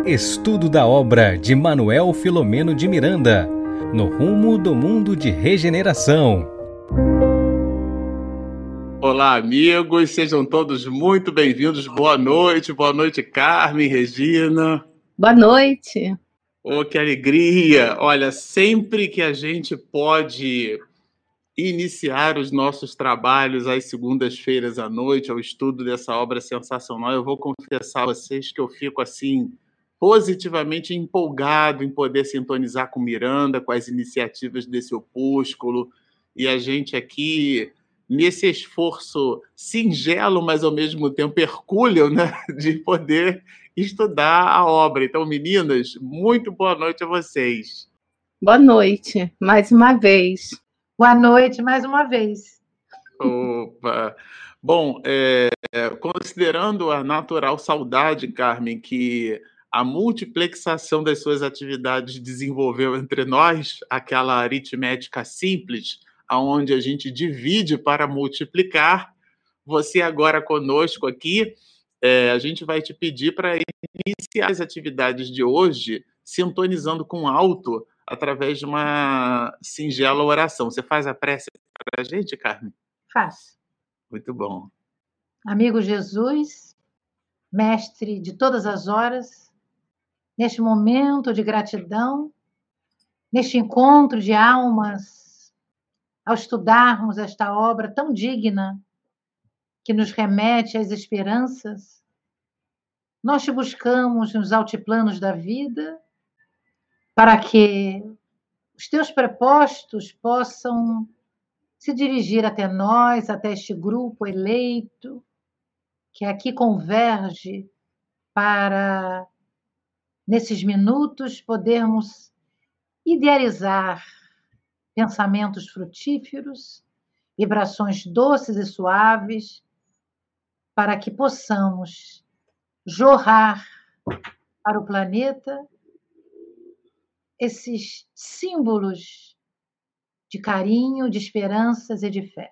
Estudo da obra de Manuel Filomeno de Miranda, No Rumo do Mundo de Regeneração. Olá, amigos, sejam todos muito bem-vindos. Boa noite, Carmen, Regina. Boa noite. Oh, que alegria! Olha, sempre que a gente pode iniciar os nossos trabalhos às segundas-feiras à noite, ao estudo dessa obra sensacional, eu vou confessar a vocês que eu fico assim positivamente empolgado em poder sintonizar com Miranda, com as iniciativas desse opúsculo, e a gente aqui nesse esforço singelo, mas ao mesmo tempo hercúleo, né, de poder estudar a obra. Então, meninas, muito boa noite a vocês. Boa noite, mais uma vez. Boa noite, mais uma vez. Opa! Bom, considerando a natural saudade, Carmen, que a multiplexação das suas atividades desenvolveu entre nós, aquela aritmética simples, onde a gente divide para multiplicar, você agora conosco aqui, a gente vai te pedir para iniciar as atividades de hoje sintonizando com alto através de uma singela oração. Você faz a prece para a gente, Carmen? Faço. Muito bom. Amigo Jesus, mestre de todas as horas, neste momento de gratidão, neste encontro de almas, ao estudarmos esta obra tão digna que nos remete às esperanças, nós te buscamos nos altiplanos da vida para que os teus prepostos possam se dirigir até nós, até este grupo eleito, que aqui converge para, nesses minutos, podermos idealizar pensamentos frutíferos, vibrações doces e suaves, para que possamos jorrar para o planeta esses símbolos de carinho, de esperanças e de fé.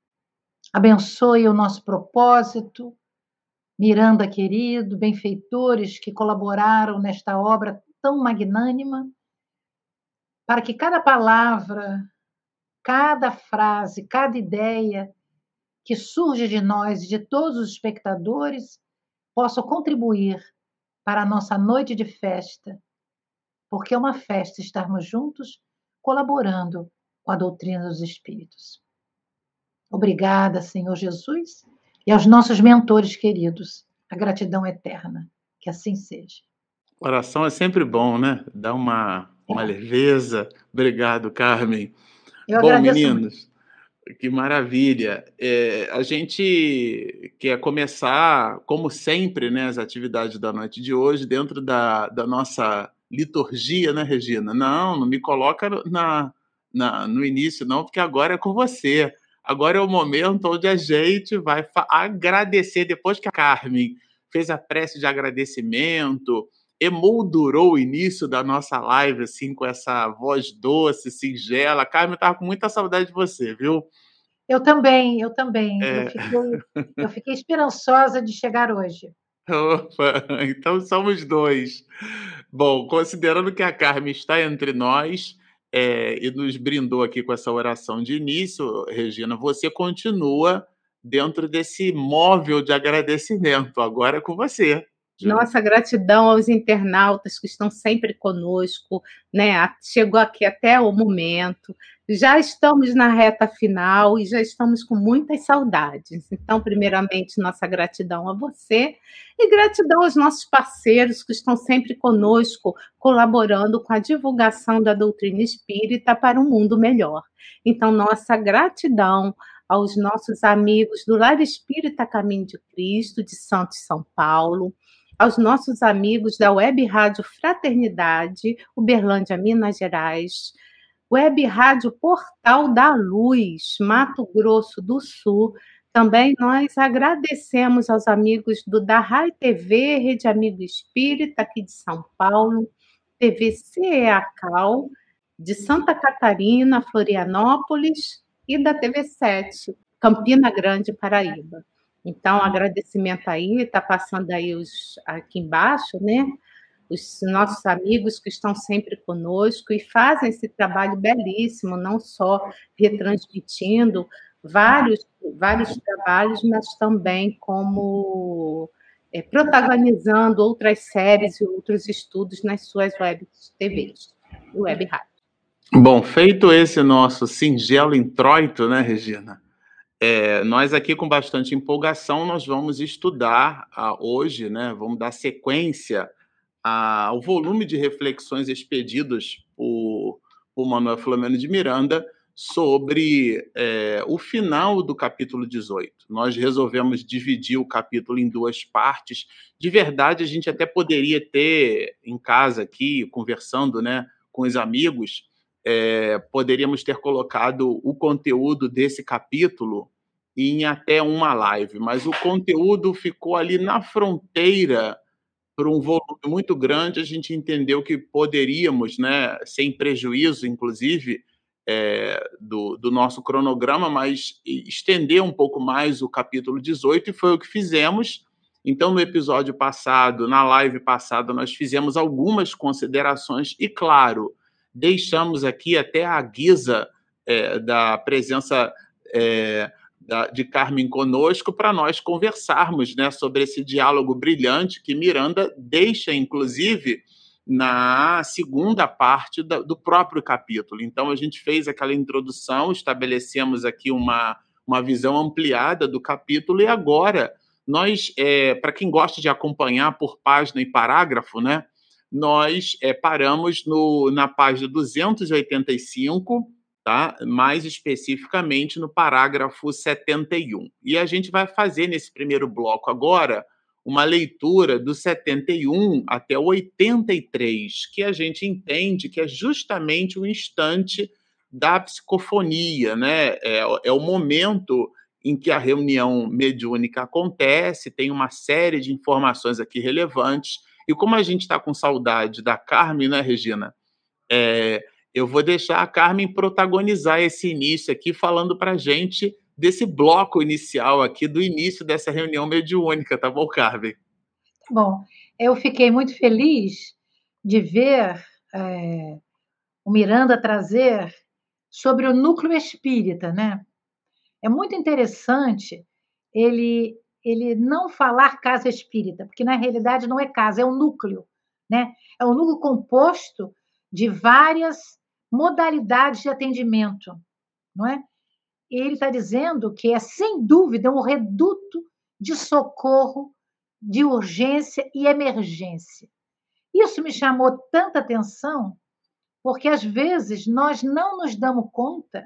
Abençoe o nosso propósito, Miranda querido, benfeitores que colaboraram nesta obra tão magnânima, para que cada palavra, cada frase, cada ideia que surge de nós e de todos os espectadores possa contribuir para a nossa noite de festa, porque é uma festa estarmos juntos, colaborando com a doutrina dos Espíritos. Obrigada, Senhor Jesus, e aos nossos mentores queridos, a gratidão eterna. Que assim seja. Oração é sempre bom, né? Dá uma leveza. Obrigado, Carmen. Eu bom, agradeço meninos, que maravilha. A gente quer começar, como sempre, né, as atividades da noite de hoje dentro da nossa liturgia, né, Regina? Não me coloca no início, não, porque agora é com você. Agora é o momento onde a gente vai agradecer, depois que a Carmen fez a prece de agradecimento, emoldurou o início da nossa live, assim, com essa voz doce, singela. Carmen, eu estava com muita saudade de você, viu? Eu também. Eu fiquei esperançosa de chegar hoje. Opa, então somos dois. Bom, considerando que a Carmen está entre nós e nos brindou aqui com essa oração de início, Regina, você continua dentro desse móvel de agradecimento. Agora é com você. Nossa gratidão aos internautas que estão sempre conosco, né? Chegou aqui até o momento. Já estamos na reta final e já estamos com muitas saudades. Então, primeiramente, nossa gratidão a você e gratidão aos nossos parceiros que estão sempre conosco, colaborando com a divulgação da doutrina espírita para um mundo melhor. Então, nossa gratidão aos nossos amigos do Lar Espírita Caminho de Cristo, de Santos, São Paulo, aos nossos amigos da Web Rádio Fraternidade, Uberlândia, Minas Gerais, Web Rádio Portal da Luz, Mato Grosso do Sul. Também nós agradecemos aos amigos da Rai TV, Rede Amigo Espírita, aqui de São Paulo, TV CEACAL, de Santa Catarina, Florianópolis, e da TV 7, Campina Grande, Paraíba. Então, agradecimento aí, está passando aí aqui embaixo, né? os nossos amigos que estão sempre conosco e fazem esse trabalho belíssimo, não só retransmitindo vários trabalhos, mas também como protagonizando outras séries e outros estudos nas suas web TVs e web rádio. Bom, feito esse nosso singelo introito, né, Regina? Nós aqui com bastante empolgação, nós vamos estudar hoje, né, vamos dar sequência ao volume de reflexões expedidos por Manuel Filomeno de Miranda sobre o final do capítulo 18. Nós resolvemos dividir o capítulo em duas partes. De verdade, a gente até poderia ter em casa aqui, conversando, né, com os amigos, poderíamos ter colocado o conteúdo desse capítulo em até uma live, mas o conteúdo ficou ali na fronteira por um volume muito grande. A gente entendeu que poderíamos, né, sem prejuízo, inclusive, do nosso cronograma, mas estender um pouco mais o capítulo 18, e foi o que fizemos. Então, no episódio passado, na live passada, nós fizemos algumas considerações e, claro, deixamos aqui até a guisa da presença de Carmen conosco para nós conversarmos, né, sobre esse diálogo brilhante que Miranda deixa, inclusive, na segunda parte do próprio capítulo. Então, a gente fez aquela introdução, estabelecemos aqui uma visão ampliada do capítulo, e agora nós, para quem gosta de acompanhar por página e parágrafo, né, nós paramos na página 285, tá? Mais especificamente no parágrafo 71. E a gente vai fazer nesse primeiro bloco agora uma leitura do 71 até o 83, que a gente entende que é justamente o instante da psicofonia, né? É o momento em que a reunião mediúnica acontece, tem uma série de informações aqui relevantes, e como a gente está com saudade da Carmen, né, Regina? Eu vou deixar a Carmen protagonizar esse início aqui, falando para a gente desse bloco inicial aqui, do início dessa reunião mediúnica, tá bom, Carmen? Bom, eu fiquei muito feliz de ver o Miranda trazer sobre o núcleo espírita, né? É muito interessante ele não falar casa espírita, porque na realidade não é casa, é um núcleo, né? É um núcleo composto de várias modalidades de atendimento, não é? E ele está dizendo que é, sem dúvida, um reduto de socorro, de urgência e emergência. Isso me chamou tanta atenção, porque às vezes nós não nos damos conta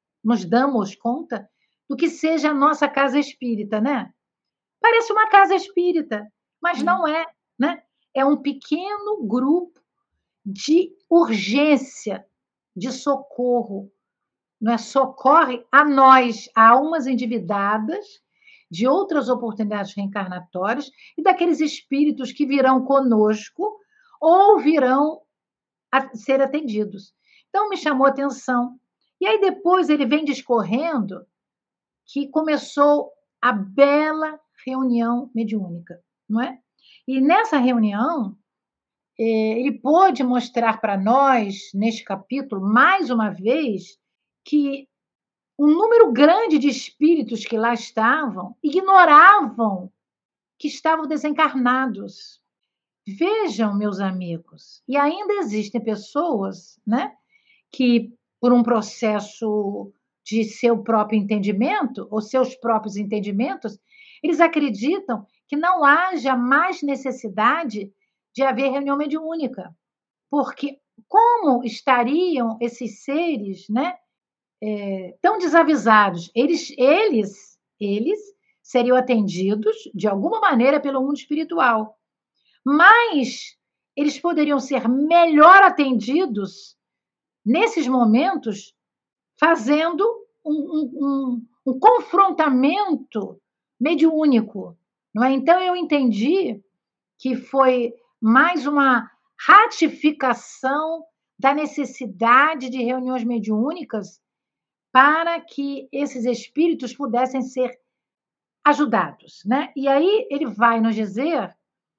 do que seja a nossa casa espírita, né? Parece uma casa espírita, mas não é, né? É um pequeno grupo de urgência, de socorro, não é? Socorre a nós, a almas endividadas de outras oportunidades reencarnatórias e daqueles espíritos que virão conosco ou virão a ser atendidos. Então, me chamou a atenção. E aí depois ele vem discorrendo que começou a bela reunião mediúnica, não é? E nessa reunião, ele pôde mostrar para nós, neste capítulo, mais uma vez, que um número grande de espíritos que lá estavam ignoravam que estavam desencarnados. Vejam, meus amigos, e ainda existem pessoas, né, que, por um processo de seu próprio entendimento, ou seus próprios entendimentos, eles acreditam que não haja mais necessidade de haver reunião mediúnica, porque como estariam esses seres, né, tão desavisados? Eles seriam atendidos de alguma maneira pelo mundo espiritual, mas eles poderiam ser melhor atendidos nesses momentos fazendo um confrontamento mediúnico, não é? Então eu entendi que foi mais uma ratificação da necessidade de reuniões mediúnicas para que esses espíritos pudessem ser ajudados, né? E aí ele vai nos dizer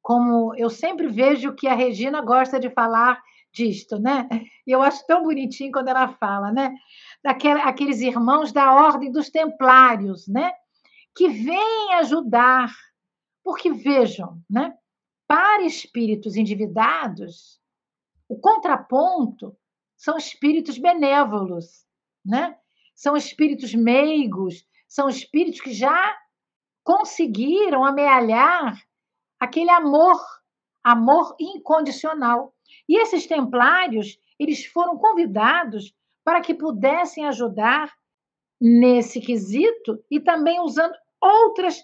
como eu sempre vejo que a Regina gosta de falar disto, né? E eu acho tão bonitinho quando ela fala, né? Aqueles irmãos da Ordem dos Templários, né? Que vêm ajudar, porque vejam, né? Para espíritos endividados, o contraponto são espíritos benévolos, né? São espíritos meigos, são espíritos que já conseguiram amealhar aquele amor incondicional. E esses templários, eles foram convidados para que pudessem ajudar nesse quesito e também usando outras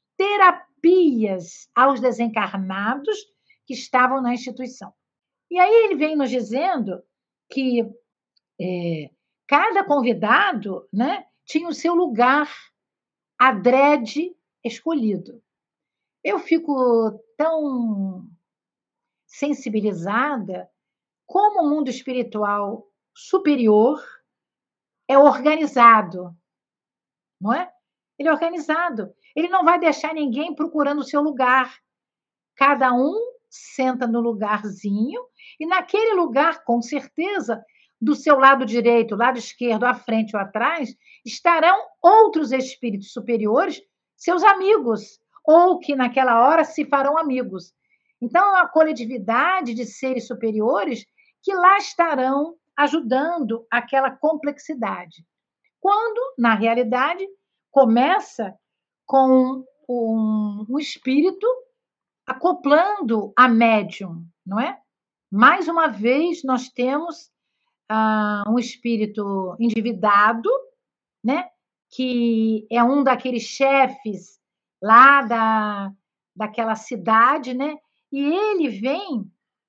terapias aos desencarnados que estavam na instituição. E aí ele vem nos dizendo que cada convidado, né, tinha o seu lugar adrede escolhido. Eu fico tão sensibilizada como o mundo espiritual superior é organizado, não é? Ele é organizado. Ele não vai deixar ninguém procurando o seu lugar. Cada um senta no lugarzinho e naquele lugar, com certeza, do seu lado direito, lado esquerdo, à frente ou atrás, estarão outros espíritos superiores, seus amigos, ou que naquela hora se farão amigos. Então, é uma coletividade de seres superiores que lá estarão ajudando aquela complexidade. Quando, na realidade, começa com um espírito acoplando a médium, não é? Mais uma vez, nós temos um espírito endividado, né? Que é um daqueles chefes lá daquela cidade, né? E ele vem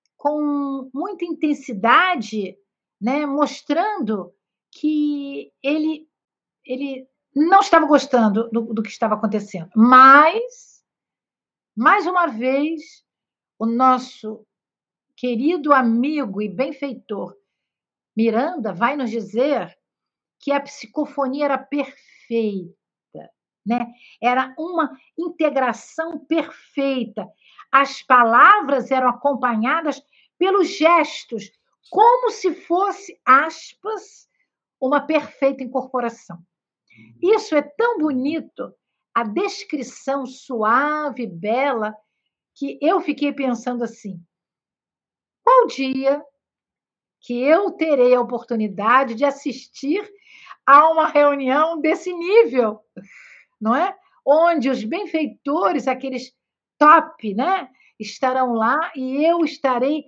com muita intensidade, né? Mostrando que ele não estava gostando do que estava acontecendo. Mas, mais uma vez, o nosso querido amigo e benfeitor Miranda vai nos dizer que a psicofonia era perfeita, né? Era uma integração perfeita. As palavras eram acompanhadas pelos gestos, como se fosse, aspas, uma perfeita incorporação. Isso é tão bonito, a descrição suave, bela, que eu fiquei pensando assim: qual dia que eu terei a oportunidade de assistir a uma reunião desse nível, não é? Onde os benfeitores, aqueles top, né, estarão lá e eu estarei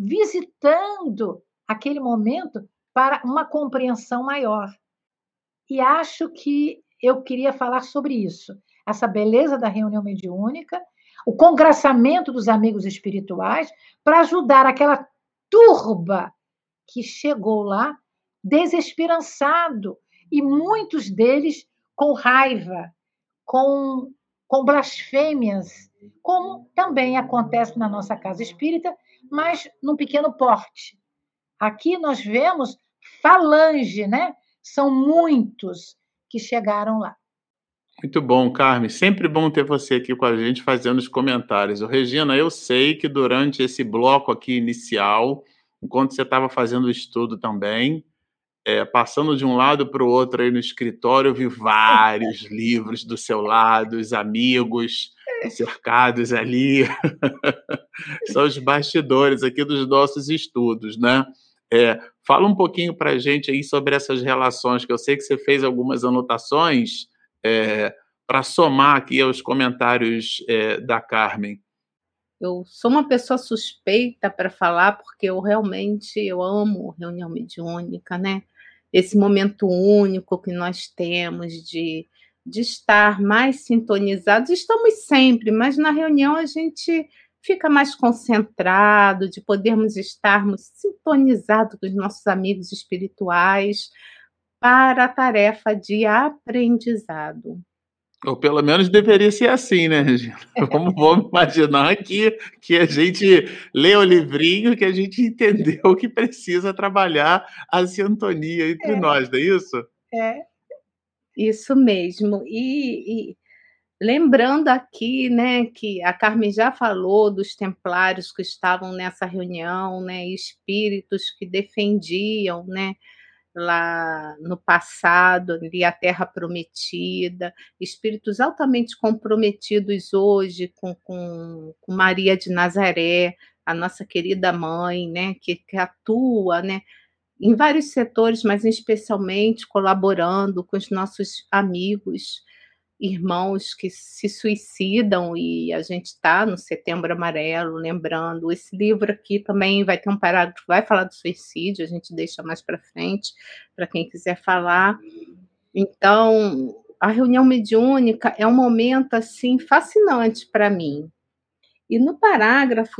visitando aquele momento para uma compreensão maior. E acho que eu queria falar sobre isso, essa beleza da reunião mediúnica, o congraçamento dos amigos espirituais para ajudar aquela turba que chegou lá desesperançado e muitos deles com raiva, com blasfêmias, como também acontece na nossa casa espírita, mas num pequeno porte. Aqui nós vemos falange, né? São muitos que chegaram lá. Muito bom, Carmen. Sempre bom ter você aqui com a gente fazendo os comentários. Regina, eu sei que durante esse bloco aqui inicial, enquanto você estava fazendo o estudo também, passando de um lado para o outro aí no escritório, eu vi vários livros do seu lado, os amigos cercados ali. São os bastidores aqui dos nossos estudos, né? Fala um pouquinho para a gente aí sobre essas relações, que eu sei que você fez algumas anotações para somar aqui aos comentários da Carmen. Eu sou uma pessoa suspeita para falar, porque eu realmente amo reunião mediúnica, né? Esse momento único que nós temos de estar mais sintonizados. Estamos sempre, mas na reunião a gente fica mais concentrado, de podermos estarmos sintonizados com os nossos amigos espirituais para a tarefa de aprendizado. Ou pelo menos deveria ser assim, né, Regina? Vamos imaginar que a gente lê o livrinho, que a gente entendeu que precisa trabalhar a sintonia entre nós, não é isso? Isso mesmo. E Lembrando aqui, né, que a Carmen já falou dos templários que estavam nessa reunião, né, espíritos que defendiam, né, lá no passado, ali a terra prometida, espíritos altamente comprometidos hoje com Maria de Nazaré, a nossa querida mãe, né, que atua, né, em vários setores, mas especialmente colaborando com os nossos amigos, irmãos que se suicidam, e a gente está no Setembro Amarelo, lembrando. Esse livro aqui também vai ter um parágrafo que vai falar do suicídio, a gente deixa mais para frente, para quem quiser falar. Então, a reunião mediúnica é um momento, assim, fascinante para mim. E no parágrafo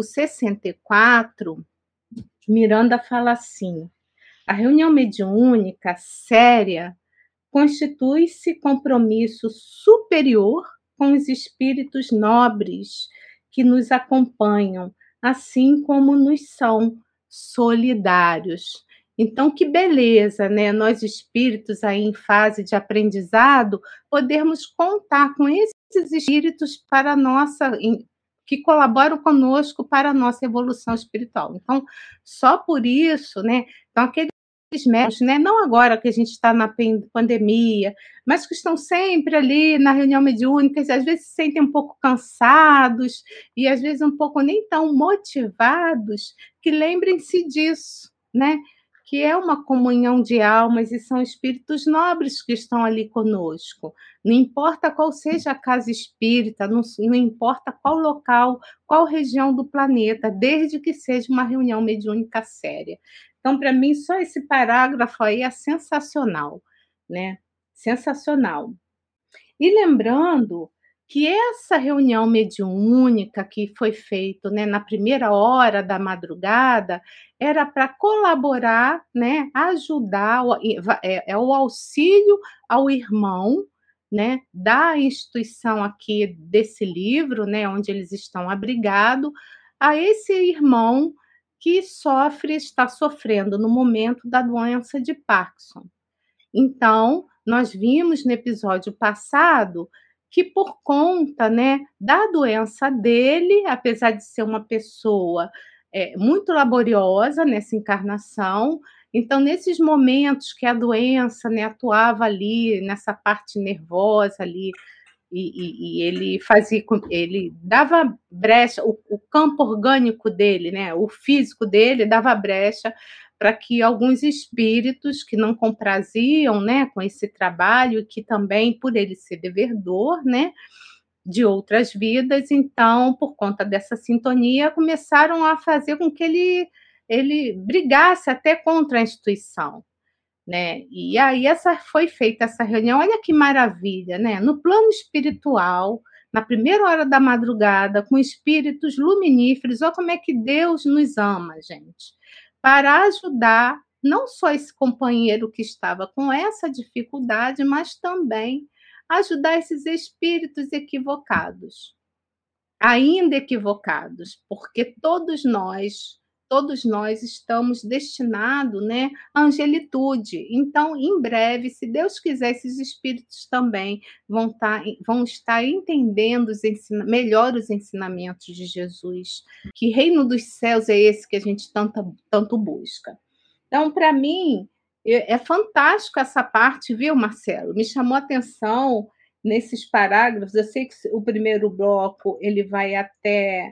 64, Miranda fala assim: a reunião mediúnica séria constitui-se compromisso superior com os espíritos nobres que nos acompanham, assim como nos são solidários. Então, que beleza, né? Nós espíritos aí em fase de aprendizado, podermos contar com esses espíritos para a nossa que colaboram conosco para a nossa evolução espiritual. Então, só por isso, né? Então, aqueles médicos, né, não agora que a gente está na pandemia, mas que estão sempre ali na reunião mediúnica, às vezes se sentem um pouco cansados e às vezes um pouco nem tão motivados, que lembrem-se disso, né? Que é uma comunhão de almas e são espíritos nobres que estão ali conosco. Não importa qual seja a casa espírita, não importa qual local, qual região do planeta, desde que seja uma reunião mediúnica séria. Então, para mim, só esse parágrafo aí é sensacional, né? Sensacional. E lembrando que essa reunião mediúnica que foi feita, né, na primeira hora da madrugada, era para colaborar, né, ajudar, é o auxílio ao irmão, né, da instituição aqui desse livro, né, onde eles estão abrigados, a esse irmão que está sofrendo no momento da doença de Parkinson. Então, nós vimos no episódio passado que por conta, né, da doença dele, apesar de ser uma pessoa muito laboriosa nessa encarnação, então nesses momentos que a doença, né, atuava ali nessa parte nervosa ali, e ele dava brecha, o campo orgânico dele, né, o físico dele dava brecha para que alguns espíritos que não compraziam, né, com esse trabalho, que também por ele ser devedor, né, de outras vidas, então, por conta dessa sintonia, começaram a fazer com que ele brigasse até contra a instituição, né? E aí foi feita essa reunião, olha que maravilha, né? No plano espiritual, na primeira hora da madrugada, com espíritos luminíferos, olha como é que Deus nos ama, gente, para ajudar não só esse companheiro que estava com essa dificuldade, mas também ajudar esses espíritos equivocados, ainda equivocados, porque todos nós estamos destinados, né, à angelitude. Então, em breve, se Deus quiser, esses espíritos também vão estar entendendo melhor os ensinamentos de Jesus. Que reino dos céus é esse que a gente tanto busca? Então, para mim, é fantástico essa parte, viu, Marcelo? Me chamou a atenção nesses parágrafos. Eu sei que o primeiro bloco ele vai até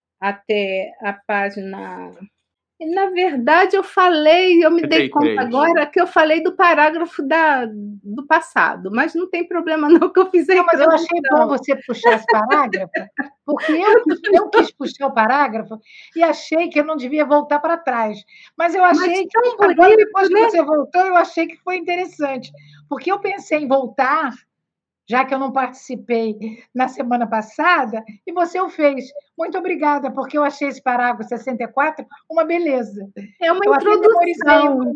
a página. Na verdade, eu me dei conta agora que eu falei do parágrafo do passado, mas não tem problema não que eu fiz a Não, mas eu achei bom você puxar esse parágrafo, porque eu quis puxar o parágrafo e achei que eu não devia voltar para trás. Mas eu achei que agora, depois que você voltou, eu achei que foi interessante, porque eu pensei em voltar, já que eu não participei na semana passada, e você o fez. Muito obrigada, porque eu achei esse parágrafo 64 uma beleza. É uma introdução.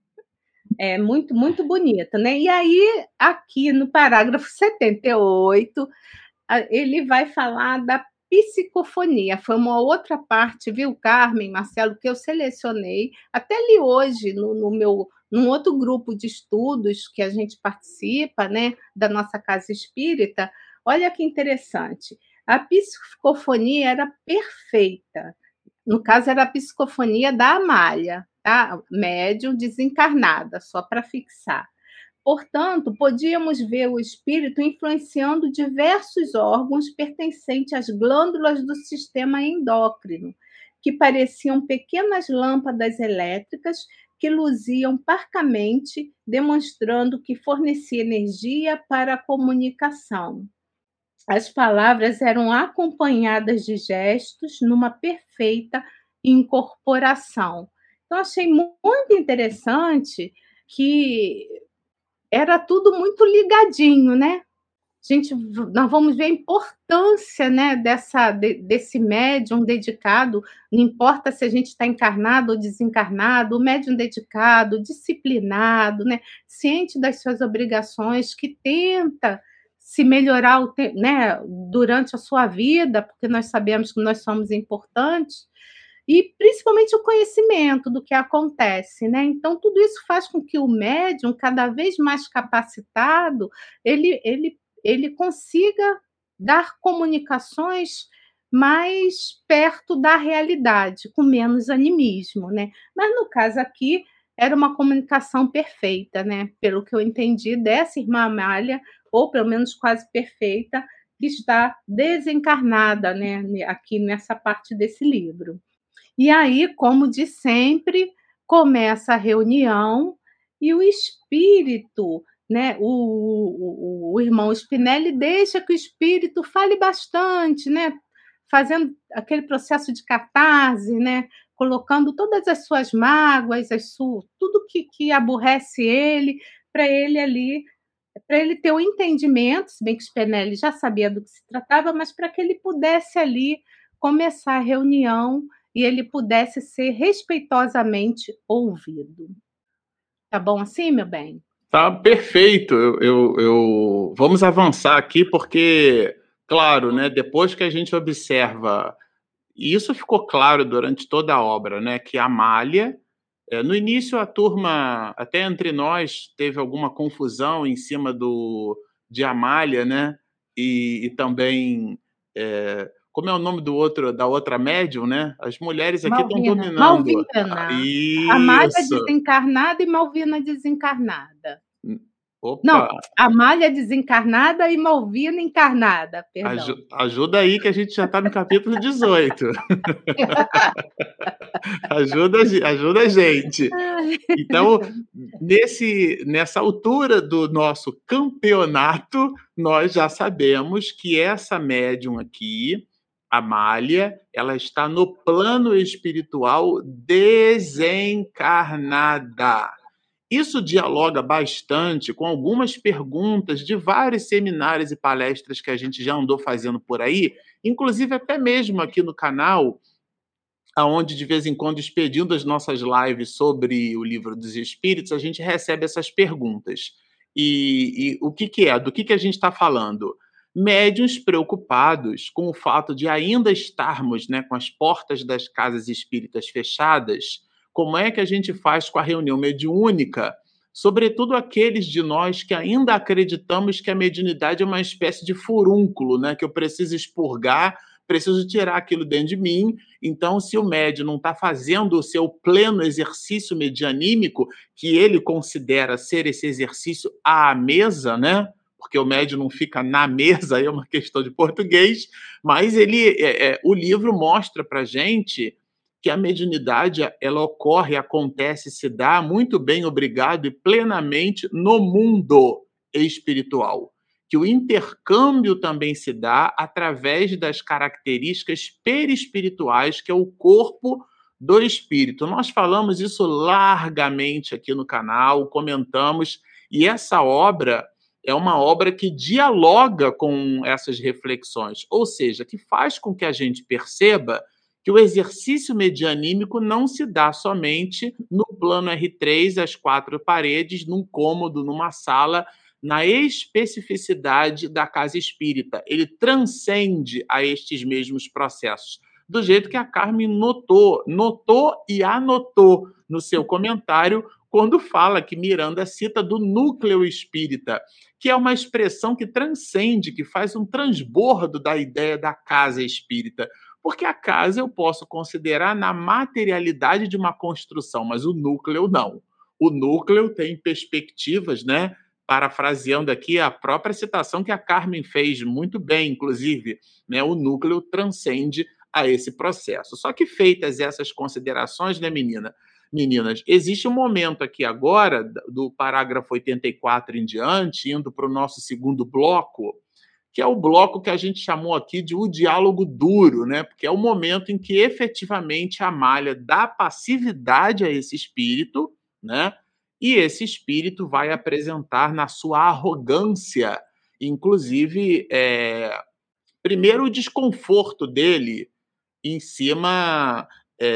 É muito, muito bonita, né? E aí, aqui no parágrafo 78, ele vai falar da psicofonia. Foi uma outra parte, viu, Carmen, Marcelo, que eu selecionei. Até li hoje num outro grupo de estudos que a gente participa, né, da nossa casa espírita. olha que interessante, a psicofonia era perfeita. No caso, era a psicofonia da Amália, tá? Médium desencarnada, só para fixar. Portanto, podíamos ver o espírito influenciando diversos órgãos pertencentes às glândulas do sistema endócrino, que pareciam pequenas lâmpadas elétricas que luziam parcamente, demonstrando que fornecia energia para a comunicação. As palavras eram acompanhadas de gestos numa perfeita incorporação. Então, achei muito interessante que era tudo muito ligadinho, né. Nós vamos ver a importância, né, desse médium dedicado, não importa se a gente está encarnado ou desencarnado, o médium dedicado, disciplinado, né, ciente das suas obrigações, que tenta se melhorar né, durante a sua vida, porque nós sabemos que nós somos importantes, e principalmente o conhecimento do que acontece, né. Então tudo isso faz com que o médium, cada vez mais capacitado, ele consiga dar comunicações mais perto da realidade, com menos animismo, né. Mas no caso aqui, era uma comunicação perfeita, né, pelo que eu entendi dessa irmã Amália, ou pelo menos quase perfeita, que está desencarnada, né, aqui nessa parte desse livro. E aí, como de sempre, começa a reunião e o espírito, né, o irmão Spinelli deixa que o espírito fale bastante, né, fazendo aquele processo de catarse, né, colocando todas as suas mágoas, tudo que aborrece ele, para ele ali, para ele ter um entendimento, se bem que o Spinelli já sabia do que se tratava, mas para que ele pudesse ali começar a reunião e ele pudesse ser respeitosamente ouvido. Tá bom assim, meu bem? Tá perfeito. Vamos avançar aqui porque, claro, né, depois que a gente observa, e isso ficou claro durante toda a obra, né, que a Amália, no início a turma, até entre nós, teve alguma confusão em cima de Amália, né, e também, como é o nome da outra médium, né? As mulheres aqui estão Malvina. dominando. Malvina. Amália Isso. desencarnada e Malvina desencarnada. Não, Opa, Amália desencarnada e Malvina encarnada, perdão. ajuda aí que a gente já está no capítulo 18. Ajuda a gente. Ai. Então, nessa altura do nosso campeonato, nós já sabemos que essa médium aqui, Amália, ela está no plano espiritual desencarnada. Isso dialoga bastante com algumas perguntas de vários seminários e palestras que a gente já andou fazendo por aí, inclusive até mesmo aqui no canal, aonde de vez em quando, expedindo as nossas lives sobre o Livro dos Espíritos, a gente recebe essas perguntas. E o que é? Do que a gente está falando? Médiuns preocupados com o fato de ainda estarmos, né, com as portas das casas espíritas fechadas, como é que a gente faz com a reunião mediúnica, sobretudo aqueles de nós que ainda acreditamos que a mediunidade é uma espécie de furúnculo, né, que eu preciso expurgar, preciso tirar aquilo dentro de mim. Então, se o médium não está fazendo o seu pleno exercício medianímico, que ele considera ser esse exercício à mesa, né? Porque o médium não fica na mesa, aí é uma questão de português, mas o livro mostra para a gente que a mediunidade, ela ocorre, acontece, se dá, muito bem, obrigado, e plenamente no mundo espiritual. Que o intercâmbio também se dá através das características perispirituais, que é o corpo do espírito. Nós falamos isso largamente aqui no canal, comentamos, e essa obra é uma obra que dialoga com essas reflexões, ou seja, que faz com que a gente perceba que o exercício medianímico não se dá somente no plano R3, às quatro paredes, num cômodo, numa sala, na especificidade da casa espírita. Ele transcende a estes mesmos processos. Do jeito que a Carmen notou e anotou no seu comentário, quando fala que Miranda cita do núcleo espírita, que é uma expressão que transcende, que faz um transbordo da ideia da casa espírita. Porque a casa eu posso considerar na materialidade de uma construção, mas o núcleo não. O núcleo tem perspectivas, né? Parafraseando aqui a própria citação que a Carmen fez muito bem, inclusive, né? O núcleo transcende a esse processo. Só que feitas essas considerações, né, meninas, existe um momento aqui agora, do parágrafo 84 em diante, indo para o nosso segundo bloco, que é o bloco que a gente chamou aqui de o diálogo duro, né? Porque é o momento em que efetivamente a Amália dá passividade a esse espírito, né? E esse espírito vai apresentar na sua arrogância, inclusive, primeiro o desconforto dele em cima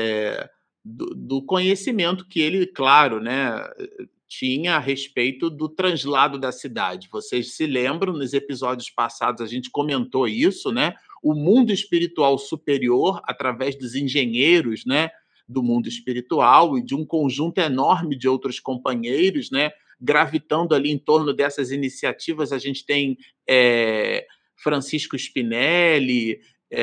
do conhecimento que ele, claro, né, tinha a respeito do translado da cidade. Vocês se lembram, nos episódios passados a gente comentou isso, né? O mundo espiritual superior, através dos engenheiros, né, do mundo espiritual e de um conjunto enorme de outros companheiros, né, gravitando ali em torno dessas iniciativas. A gente tem Francisco Spinelli,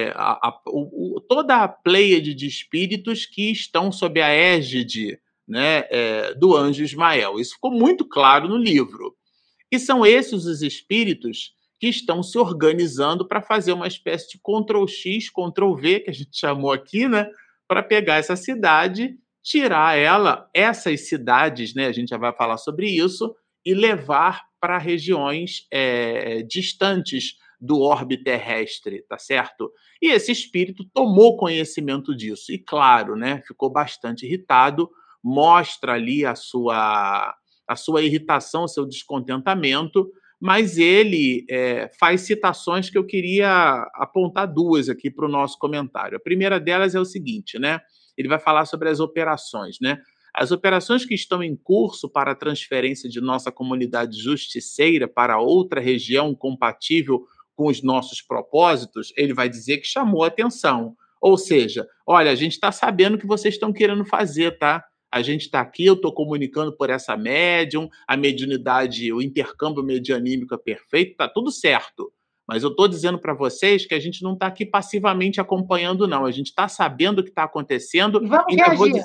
toda a pleiade de espíritos que estão sob a égide, né, do anjo Ismael. Isso ficou muito claro no livro. E são esses os espíritos que estão se organizando para fazer uma espécie de Ctrl-X, Ctrl-V, que a gente chamou aqui, né, para pegar essa cidade, tirar essas cidades, né, a gente já vai falar sobre isso, e levar para regiões distantes do orbe terrestre, tá certo? E esse espírito tomou conhecimento disso. E, claro, né, ficou bastante irritado, mostra ali a sua irritação, o seu descontentamento, mas ele faz citações que eu queria apontar duas aqui para o nosso comentário. A primeira delas é o seguinte, né? Ele vai falar sobre as operações, né? As operações que estão em curso para a transferência de nossa comunidade justiceira para outra região compatível com os nossos propósitos, ele vai dizer que chamou a atenção. Ou seja, olha, a gente está sabendo o que vocês estão querendo fazer, tá? A gente está aqui, eu estou comunicando por essa médium, a mediunidade, o intercâmbio medianímico é perfeito, está tudo certo. Mas eu estou dizendo para vocês que a gente não está aqui passivamente acompanhando, não. A gente está sabendo o que está acontecendo. Vamos reagir.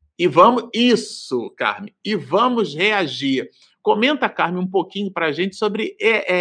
Isso, Carmen, e vamos reagir. Comenta, Carmen, um pouquinho para a gente sobre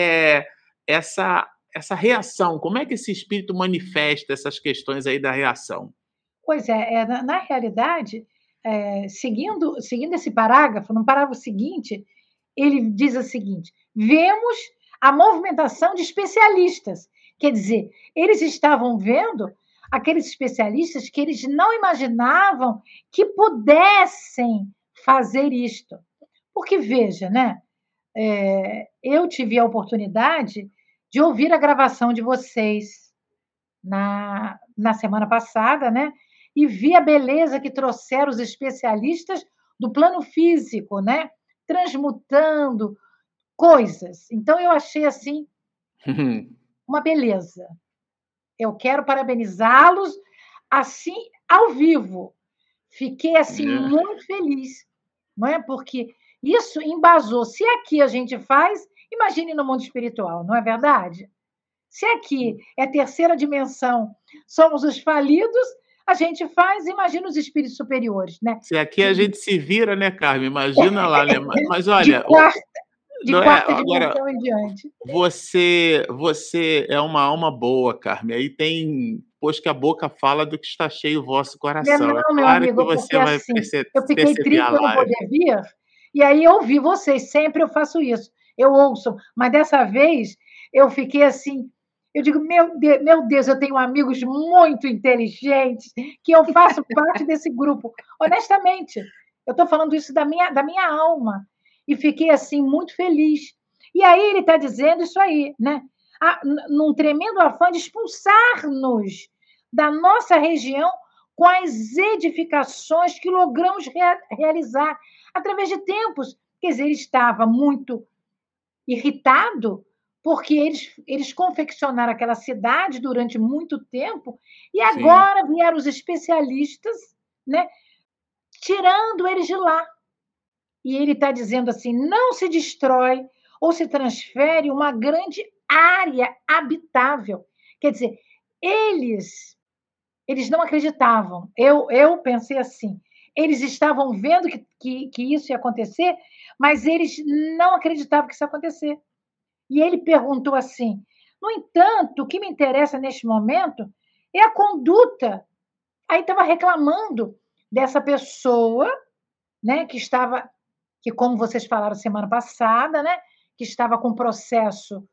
essa reação. Como é que esse espírito manifesta essas questões aí da reação? Pois na realidade, seguindo esse parágrafo, no parágrafo seguinte, ele diz o seguinte: vemos a movimentação de especialistas. Quer dizer, eles estavam vendo aqueles especialistas que eles não imaginavam que pudessem fazer isto. Porque, veja, né? Eu tive a oportunidade de ouvir a gravação de vocês na semana passada, né? E vi a beleza que trouxeram os especialistas do plano físico, né? Transmutando coisas. Então, eu achei, assim, uma beleza. Eu quero parabenizá-los, assim, ao vivo. Fiquei, assim, muito feliz, não é? Porque isso embasou. Se aqui a gente faz, imagine no mundo espiritual, não é verdade? Se aqui é terceira dimensão, somos os falidos, a gente faz, imagina os espíritos superiores, né? Se aqui a gente se vira, né, Carmen? Imagina lá, né? Mas olha... De quarta dimensão em diante. Você é uma alma boa, Carmen. Aí tem... Pois que a boca fala do que está cheio o vosso coração. Não, meu amigo, que você vai assim, eu fiquei triste por não poder vir, e aí eu ouvi vocês. Sempre eu faço isso. Eu ouço. Mas dessa vez, eu fiquei assim... Eu digo, meu Deus, eu tenho amigos muito inteligentes, que eu faço parte desse grupo. Honestamente, eu estou falando isso da minha alma. E fiquei, assim, muito feliz. E aí ele está dizendo isso aí, né? Num tremendo afã de expulsar-nos da nossa região com as edificações que logramos realizar através de tempos. Quer dizer, ele estava muito irritado porque eles confeccionaram aquela cidade durante muito tempo e agora vieram os especialistas, né, tirando eles de lá. E ele está dizendo assim: não se destrói ou se transfere uma grande área habitável. Quer dizer, eles não acreditavam. Eu pensei assim: eles estavam vendo que isso ia acontecer, mas eles não acreditavam que isso ia acontecer. E ele perguntou assim: no entanto, o que me interessa neste momento é a conduta. Aí estava reclamando dessa pessoa, né, que como vocês falaram semana passada, né, que estava com processo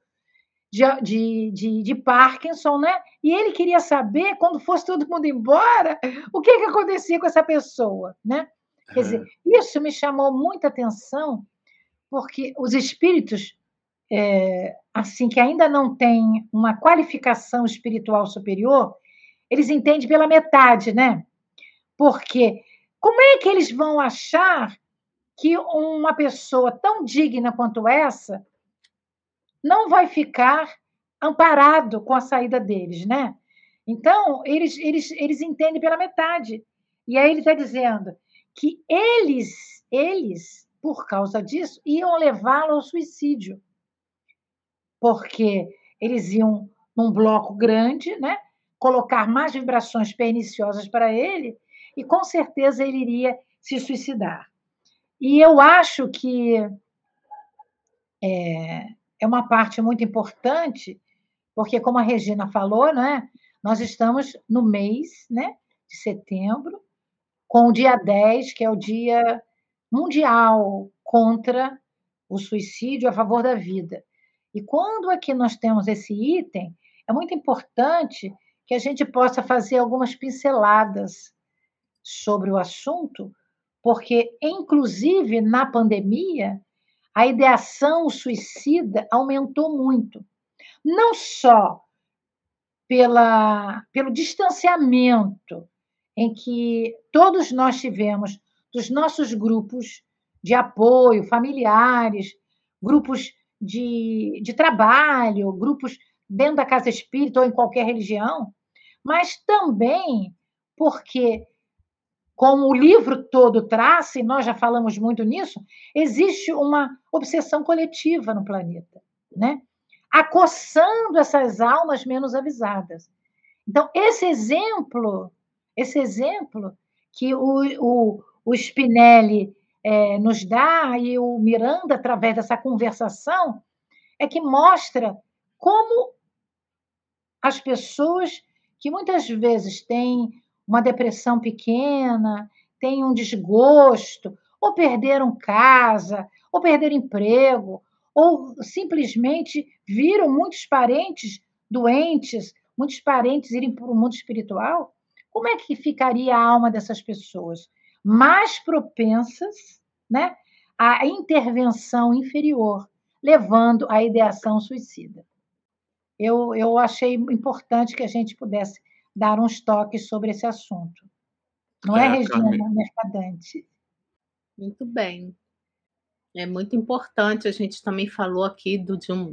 de Parkinson, né? E ele queria saber, quando fosse todo mundo embora, o que acontecia com essa pessoa, né? Quer dizer, isso me chamou muita atenção, porque os espíritos, assim, que ainda não têm uma qualificação espiritual superior, eles entendem pela metade, né? Porque como é que eles vão achar que uma pessoa tão digna quanto essa não vai ficar amparado com a saída deles, né? Então, eles entendem pela metade. E aí ele está dizendo que eles, por causa disso, iam levá-lo ao suicídio. Porque eles iam num bloco grande, né? Colocar mais vibrações perniciosas para ele, e com certeza ele iria se suicidar. E eu acho que é uma parte muito importante, porque, como a Regina falou, né, nós estamos no mês, né, de setembro, com o dia 10, que é o Dia Mundial contra o Suicídio a favor da vida. E quando aqui nós temos esse item, é muito importante que a gente possa fazer algumas pinceladas sobre o assunto, porque, inclusive, na pandemia, a ideação suicida aumentou muito. Não só pelo distanciamento em que todos nós tivemos dos nossos grupos de apoio, familiares, grupos de trabalho, grupos dentro da casa espírita ou em qualquer religião, mas também porque, como o livro todo traça, e nós já falamos muito nisso, existe uma obsessão coletiva no planeta, né? Acossando essas almas menos avisadas. Então, esse exemplo que o Spinelli nos dá, e o Miranda, através dessa conversação, é que mostra como as pessoas que muitas vezes têm uma depressão pequena, têm um desgosto, ou perderam casa, ou perderam emprego, ou simplesmente viram muitos parentes doentes, muitos parentes irem para o mundo espiritual, como é que ficaria a alma dessas pessoas? Mais propensas, né, à intervenção inferior, levando à ideação suicida. Eu achei importante que a gente pudesse dar uns toques sobre esse assunto. Não é, Regina Mercadante? Muito bem. É muito importante, a gente também falou aqui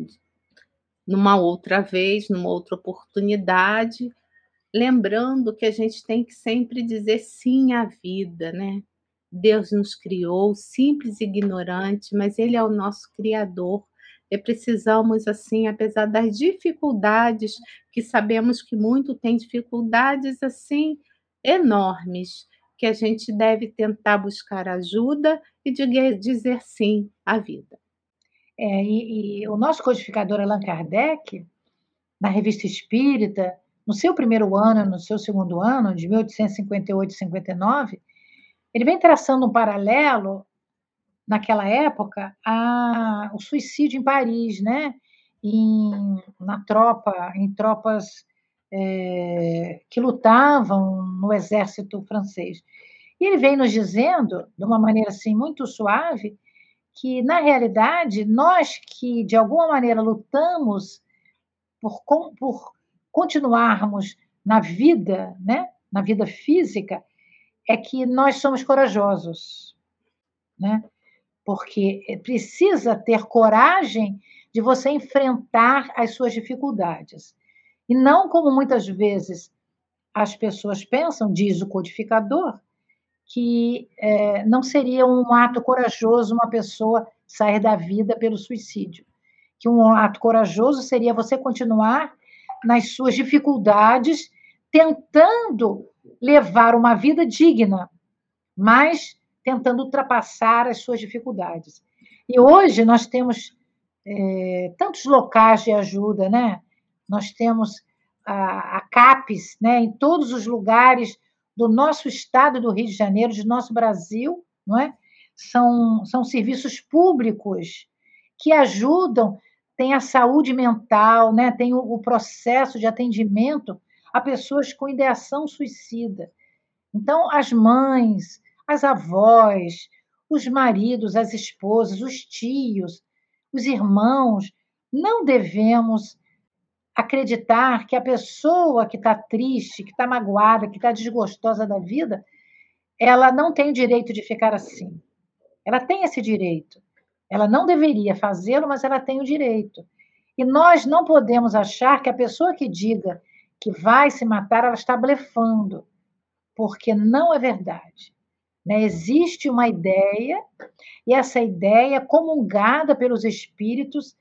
numa outra vez, numa outra oportunidade, lembrando que a gente tem que sempre dizer sim à vida, né? Deus nos criou, simples e ignorante, mas Ele é o nosso Criador. E precisamos, assim, apesar das dificuldades, que sabemos que muito tem dificuldades, assim, enormes, que a gente deve tentar buscar ajuda e dizer sim à vida. E o nosso codificador Allan Kardec, na Revista Espírita, no seu primeiro ano, no seu segundo ano, de 1858 e 59, ele vem traçando um paralelo, naquela época, ao suicídio em Paris, né? Em tropas que lutavam no exército francês. E ele vem nos dizendo, de uma maneira assim muito suave, que, na realidade, nós que, de alguma maneira, lutamos por continuarmos na vida, né? Na vida física, é que nós somos corajosos, né? Porque precisa ter coragem de você enfrentar as suas dificuldades. E não como muitas vezes as pessoas pensam, diz o codificador, que não seria um ato corajoso uma pessoa sair da vida pelo suicídio. Que um ato corajoso seria você continuar nas suas dificuldades, tentando levar uma vida digna, mas tentando ultrapassar as suas dificuldades. E hoje nós temos tantos locais de ajuda, né? Nós temos a CAPES, né, em todos os lugares do nosso estado do Rio de Janeiro, do nosso Brasil, não é? São serviços públicos que ajudam, tem a saúde mental, né? Tem o processo de atendimento a pessoas com ideação suicida. Então, as mães, as avós, os maridos, as esposas, os tios, os irmãos, não devemos acreditar que a pessoa que está triste, que está magoada, que está desgostosa da vida, ela não tem o direito de ficar assim. Ela tem esse direito. Ela não deveria fazê-lo, mas ela tem o direito. E nós não podemos achar que a pessoa que diga que vai se matar, ela está blefando, porque não é verdade. Né? Existe uma ideia, e essa ideia é comungada pelos espíritos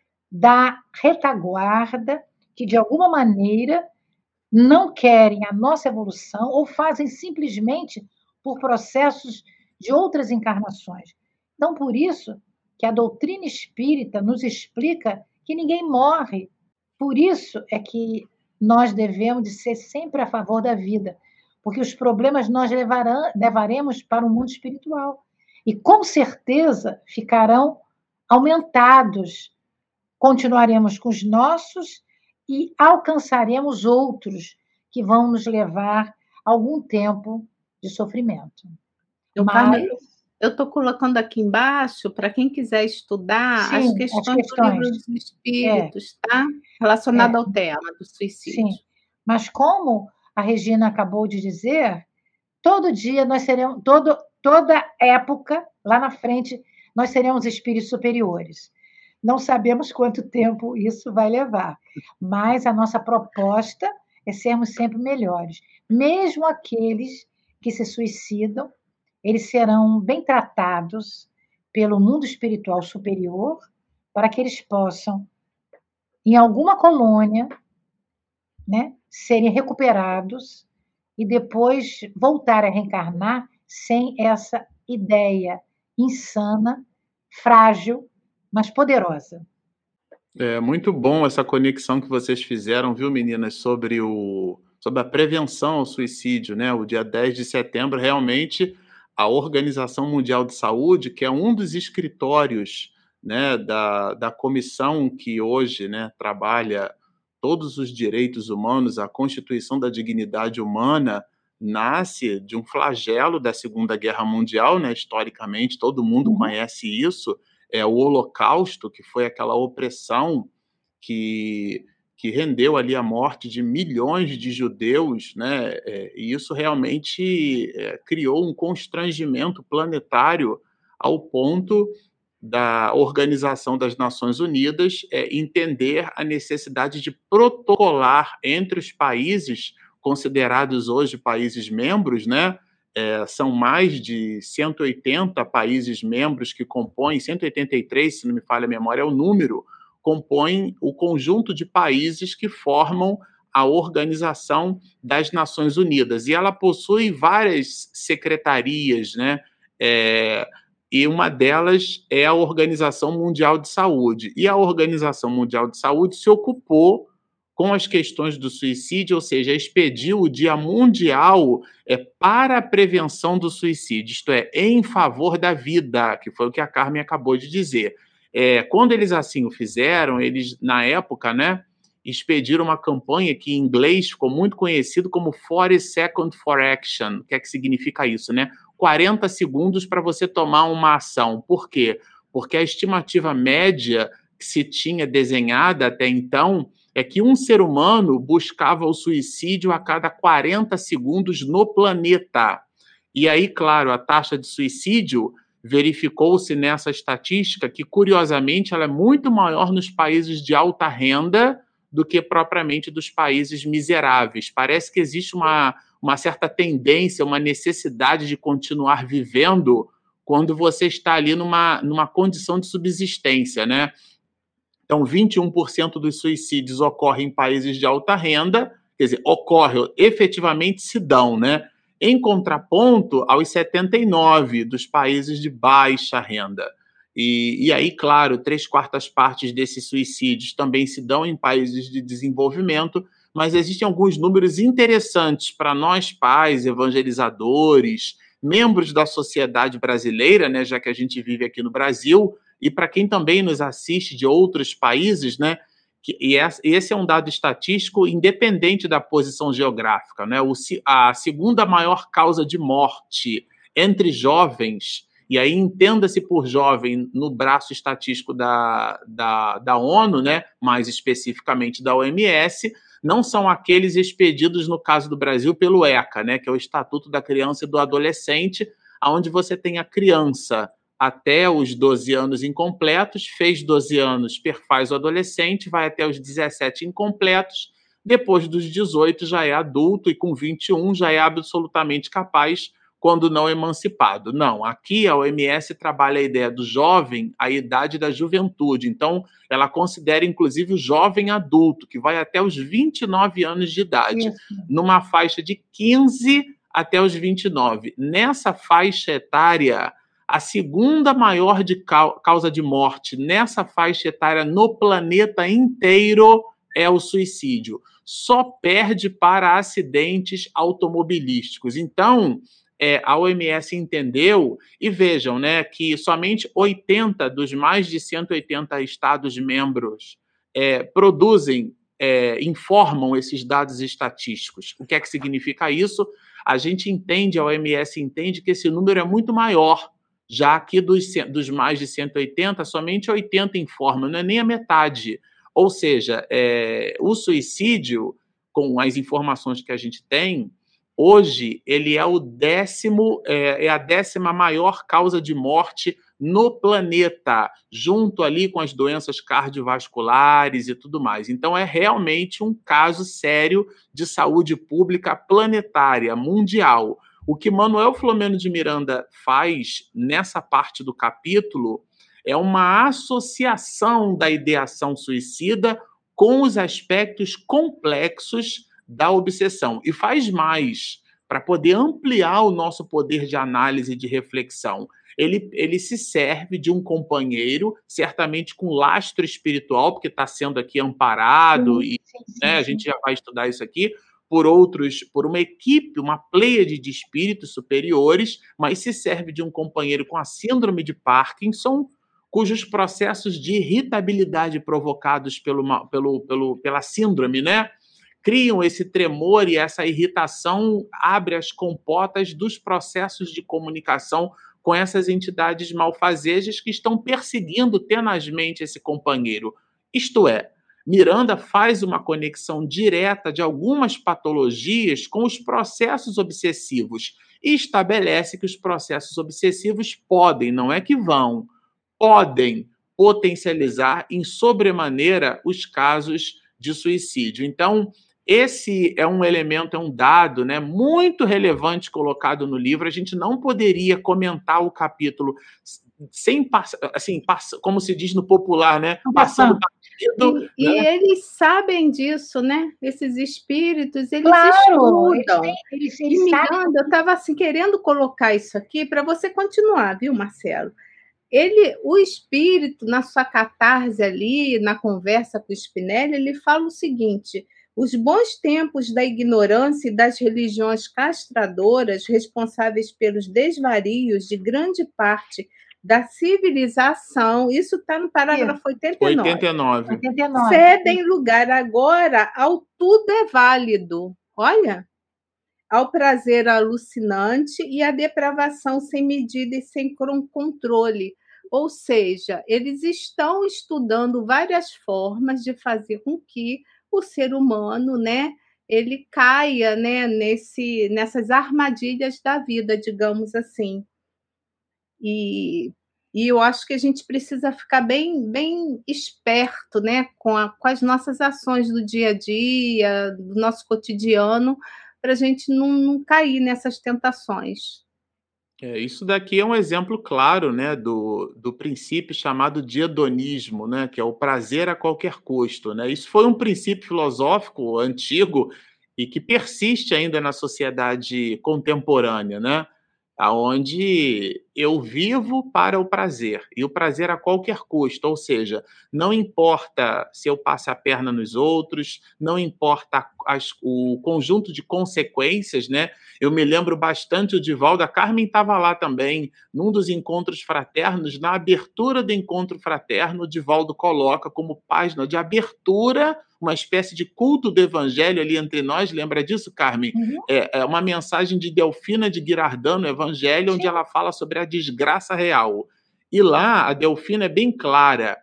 da retaguarda, que, de alguma maneira, não querem a nossa evolução ou fazem simplesmente por processos de outras encarnações. Então, por isso que a doutrina espírita nos explica que ninguém morre. Por isso é que nós devemos de ser sempre a favor da vida, porque os problemas nós levaremos para o mundo espiritual. E, com certeza, ficarão aumentados. Continuaremos com os nossos e alcançaremos outros que vão nos levar algum tempo de sofrimento. Carmen, eu estou colocando aqui embaixo, para quem quiser estudar, Sim, as questões do Livro dos Espíritos, tá? Relacionado ao tema do suicídio. Sim, mas como a Regina acabou de dizer, todo dia nós seremos, toda época, lá na frente, nós seremos espíritos superiores. Não sabemos quanto tempo isso vai levar, mas a nossa proposta é sermos sempre melhores. Mesmo aqueles que se suicidam, eles serão bem tratados pelo mundo espiritual superior para que eles possam, em alguma colônia, né, serem recuperados e depois voltar a reencarnar sem essa ideia insana, frágil, mas poderosa. É muito bom essa conexão que vocês fizeram, viu, meninas, sobre a prevenção ao suicídio, né? O dia 10 de setembro, realmente, a Organização Mundial de Saúde, que é um dos escritórios, né, da comissão que hoje, né, trabalha todos os direitos humanos, a Constituição da Dignidade Humana, nasce de um flagelo da Segunda Guerra Mundial, né? Historicamente, todo mundo conhece isso, é o Holocausto, que foi aquela opressão que rendeu ali a morte de milhões de judeus, né? E isso realmente criou um constrangimento planetário ao ponto da Organização das Nações Unidas entender a necessidade de protocolar entre os países considerados hoje países membros, né? São mais de 180 países membros que compõem, 183, se não me falha a memória, é o número, compõem o conjunto de países que formam a Organização das Nações Unidas. E ela possui várias secretarias, né? E uma delas é a Organização Mundial de Saúde. E a Organização Mundial de Saúde se ocupou com as questões do suicídio, ou seja, expediu o Dia Mundial para a prevenção do suicídio, isto é, em favor da vida, que foi o que a Carmen acabou de dizer. Quando eles assim o fizeram, eles, na época, né, expediram uma campanha que em inglês ficou muito conhecido como 40 Seconds for Action. O que é que significa isso, né? 40 segundos para você tomar uma ação. Por quê? Porque a estimativa média que se tinha desenhada até então é que um ser humano buscava o suicídio a cada 40 segundos no planeta. E aí, claro, a taxa de suicídio verificou-se nessa estatística que, curiosamente, ela é muito maior nos países de alta renda do que propriamente dos países miseráveis. Parece que existe uma certa tendência, uma necessidade de continuar vivendo quando você está ali numa condição de subsistência, né? Então, 21% dos suicídios ocorrem em países de alta renda, quer dizer, ocorrem, efetivamente se dão, né? Em contraponto aos 79% dos países de baixa renda. E aí, claro, 3/4 partes desses suicídios também se dão em países de desenvolvimento, mas existem alguns números interessantes para nós pais, evangelizadores, membros da sociedade brasileira, né, já que a gente vive aqui no Brasil, e para quem também nos assiste de outros países, né, esse é um dado estatístico independente da posição geográfica, né? A segunda maior causa de morte entre jovens, e aí entenda-se por jovem no braço estatístico da ONU, né, mais especificamente da OMS, não são aqueles expedidos, no caso do Brasil, pelo ECA, né, que é o Estatuto da Criança e do Adolescente, onde você tem a criança até os 12 anos incompletos, fez 12 anos, perfaz o adolescente, vai até os 17 incompletos, depois dos 18 já é adulto e com 21 já é absolutamente capaz quando não emancipado. Não, aqui a OMS trabalha a ideia do jovem, a idade da juventude. Então, ela considera, inclusive, o jovem adulto, que vai até os 29 anos de idade, numa faixa de 15 até os 29. Nessa faixa etária, a segunda maior causa de morte nessa faixa etária no planeta inteiro é o suicídio. Só perde para acidentes automobilísticos. Então, a OMS entendeu, e vejam, né, que somente 80 dos mais de 180 Estados-membros informam esses dados estatísticos. O que é que significa isso? A gente entende, a OMS entende que esse número é muito maior, já que dos mais de 180, somente 80 informam, não é nem a metade. Ou seja, o suicídio, com as informações que a gente tem, hoje ele é a 10ª maior causa de morte no planeta, junto ali com as doenças cardiovasculares e tudo mais. Então, é realmente um caso sério de saúde pública planetária, mundial. O que Manuel Filomeno de Miranda faz nessa parte do capítulo é uma associação da ideação suicida com os aspectos complexos da obsessão. E faz mais, para poder ampliar o nosso poder de análise e de reflexão. Ele se serve de um companheiro, certamente com lastro espiritual, porque está sendo aqui amparado, sim. A gente já vai estudar isso aqui, por uma equipe, uma pleiade de espíritos superiores, mas se serve de um companheiro com a síndrome de Parkinson, cujos processos de irritabilidade provocados pela síndrome, né, criam esse tremor, e essa irritação abre as comportas dos processos de comunicação com essas entidades malfazejas que estão perseguindo tenazmente esse companheiro. Isto é, Miranda faz uma conexão direta de algumas patologias com os processos obsessivos e estabelece que os processos obsessivos podem, não é que vão, podem potencializar em sobremaneira os casos de suicídio. Então, esse é um elemento, é um dado, né, muito relevante colocado no livro. A gente não poderia comentar o capítulo sem como se diz no popular, né, passando e eles sabem disso, né? Esses espíritos, eles claro, estudam. Eles Miranda, eu estava assim, querendo colocar isso aqui para você continuar, viu, Marcelo? O espírito, na sua catarse ali, na conversa com o Spinelli, ele fala o seguinte: os bons tempos da ignorância e das religiões castradoras, responsáveis pelos desvarios de grande parte da civilização, isso está no parágrafo 89. Cedem lugar agora ao tudo é válido. Olha, ao prazer alucinante e à depravação sem medida e sem controle. Ou seja, eles estão estudando várias formas de fazer com que o ser humano, né, ele caia, né, nessas armadilhas da vida, digamos assim. E eu acho que a gente precisa ficar bem, bem esperto, né, com as nossas ações do dia a dia, do nosso cotidiano, para a gente não cair nessas tentações. Isso daqui é um exemplo claro, né, do princípio chamado de hedonismo, né, que é o prazer a qualquer custo, né. Isso foi um princípio filosófico antigo e que persiste ainda na sociedade contemporânea, né, aonde eu vivo para o prazer, e o prazer a qualquer custo, ou seja, não importa se eu passo a perna nos outros, não importa o conjunto de consequências, né. Eu me lembro bastante o Divaldo, a Carmen estava lá também, num dos encontros fraternos, na abertura do encontro fraterno, o Divaldo coloca como página de abertura uma espécie de culto do evangelho ali entre nós, lembra disso, Carmen? Uhum. É uma mensagem de Delfina de Girardin no Evangelho, onde Sim. ela fala sobre a desgraça real. E lá a Delfina é bem clara.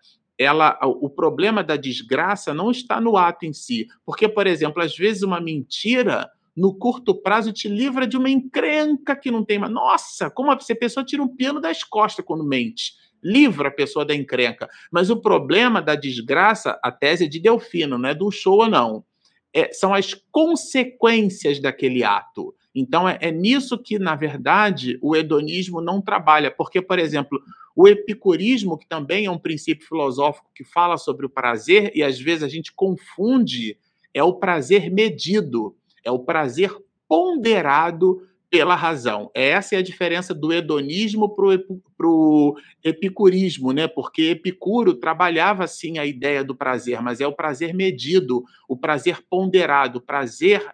O problema da desgraça não está no ato em si. Porque, por exemplo, às vezes uma mentira no curto prazo te livra de uma encrenca que não tem mais. Nossa, como a pessoa tira um piano das costas quando mente. Livra a pessoa da encrenca. Mas o problema da desgraça, a tese é de Delfino, não é do Shoah, não. São as consequências daquele ato. Então, é nisso que, na verdade, o hedonismo não trabalha. Porque, por exemplo, o epicurismo, que também é um princípio filosófico que fala sobre o prazer, e às vezes a gente confunde, é o prazer medido, é o prazer ponderado pela razão. Essa é a diferença do hedonismo para o epicurismo, né? Porque Epicuro trabalhava sim a ideia do prazer, mas é o prazer medido, o prazer ponderado, o prazer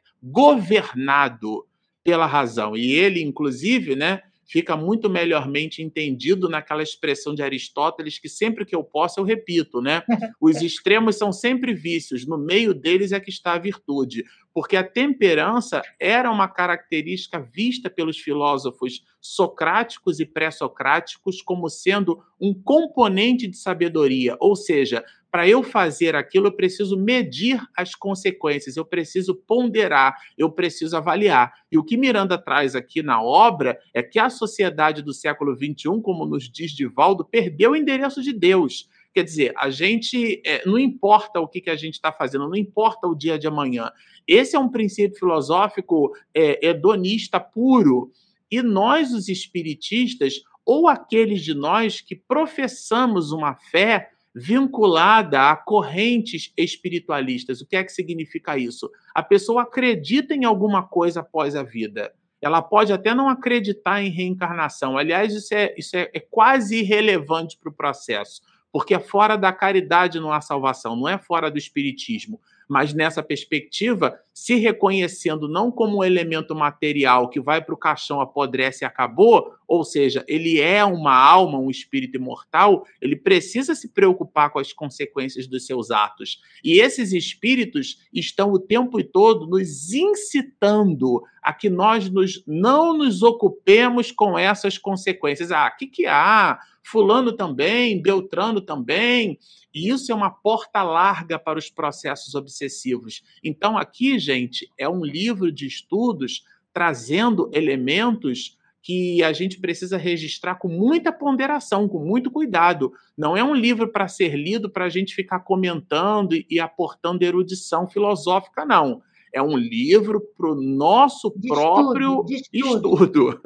governado pela razão. E ele, inclusive, né, fica muito melhormente entendido naquela expressão de Aristóteles que sempre que eu posso eu repito, né? Os extremos são sempre vícios, no meio deles é que está a virtude, porque a temperança era uma característica vista pelos filósofos socráticos e pré-socráticos como sendo um componente de sabedoria, ou seja, para eu fazer aquilo, eu preciso medir as consequências, eu preciso ponderar, eu preciso avaliar. E o que Miranda traz aqui na obra é que a sociedade do século XXI, como nos diz Divaldo, perdeu o endereço de Deus. Quer dizer, a gente não importa o que a gente está fazendo, não importa o dia de amanhã. Esse é um princípio filosófico hedonista puro. E nós, os espiritistas, ou aqueles de nós que professamos uma fé vinculada a correntes espiritualistas. O que é que significa isso? A pessoa acredita em alguma coisa após a vida. Ela pode até não acreditar em reencarnação. Aliás, isso é quase irrelevante para o processo, porque é fora da caridade não há salvação, não é fora do espiritismo. Mas nessa perspectiva, se reconhecendo não como um elemento material que vai para o caixão, apodrece e acabou, ou seja, ele é uma alma, um espírito imortal, ele precisa se preocupar com as consequências dos seus atos. E esses espíritos estão o tempo todo nos incitando a que nós não nos ocupemos com essas consequências. Que há? Fulano também, Beltrano também. E isso é uma porta larga para os processos obsessivos. Então, aqui, gente, é um livro de estudos trazendo elementos que a gente precisa registrar com muita ponderação, com muito cuidado. Não é um livro para ser lido para a gente ficar comentando e aportando erudição filosófica, não. É um livro para o nosso próprio estudo.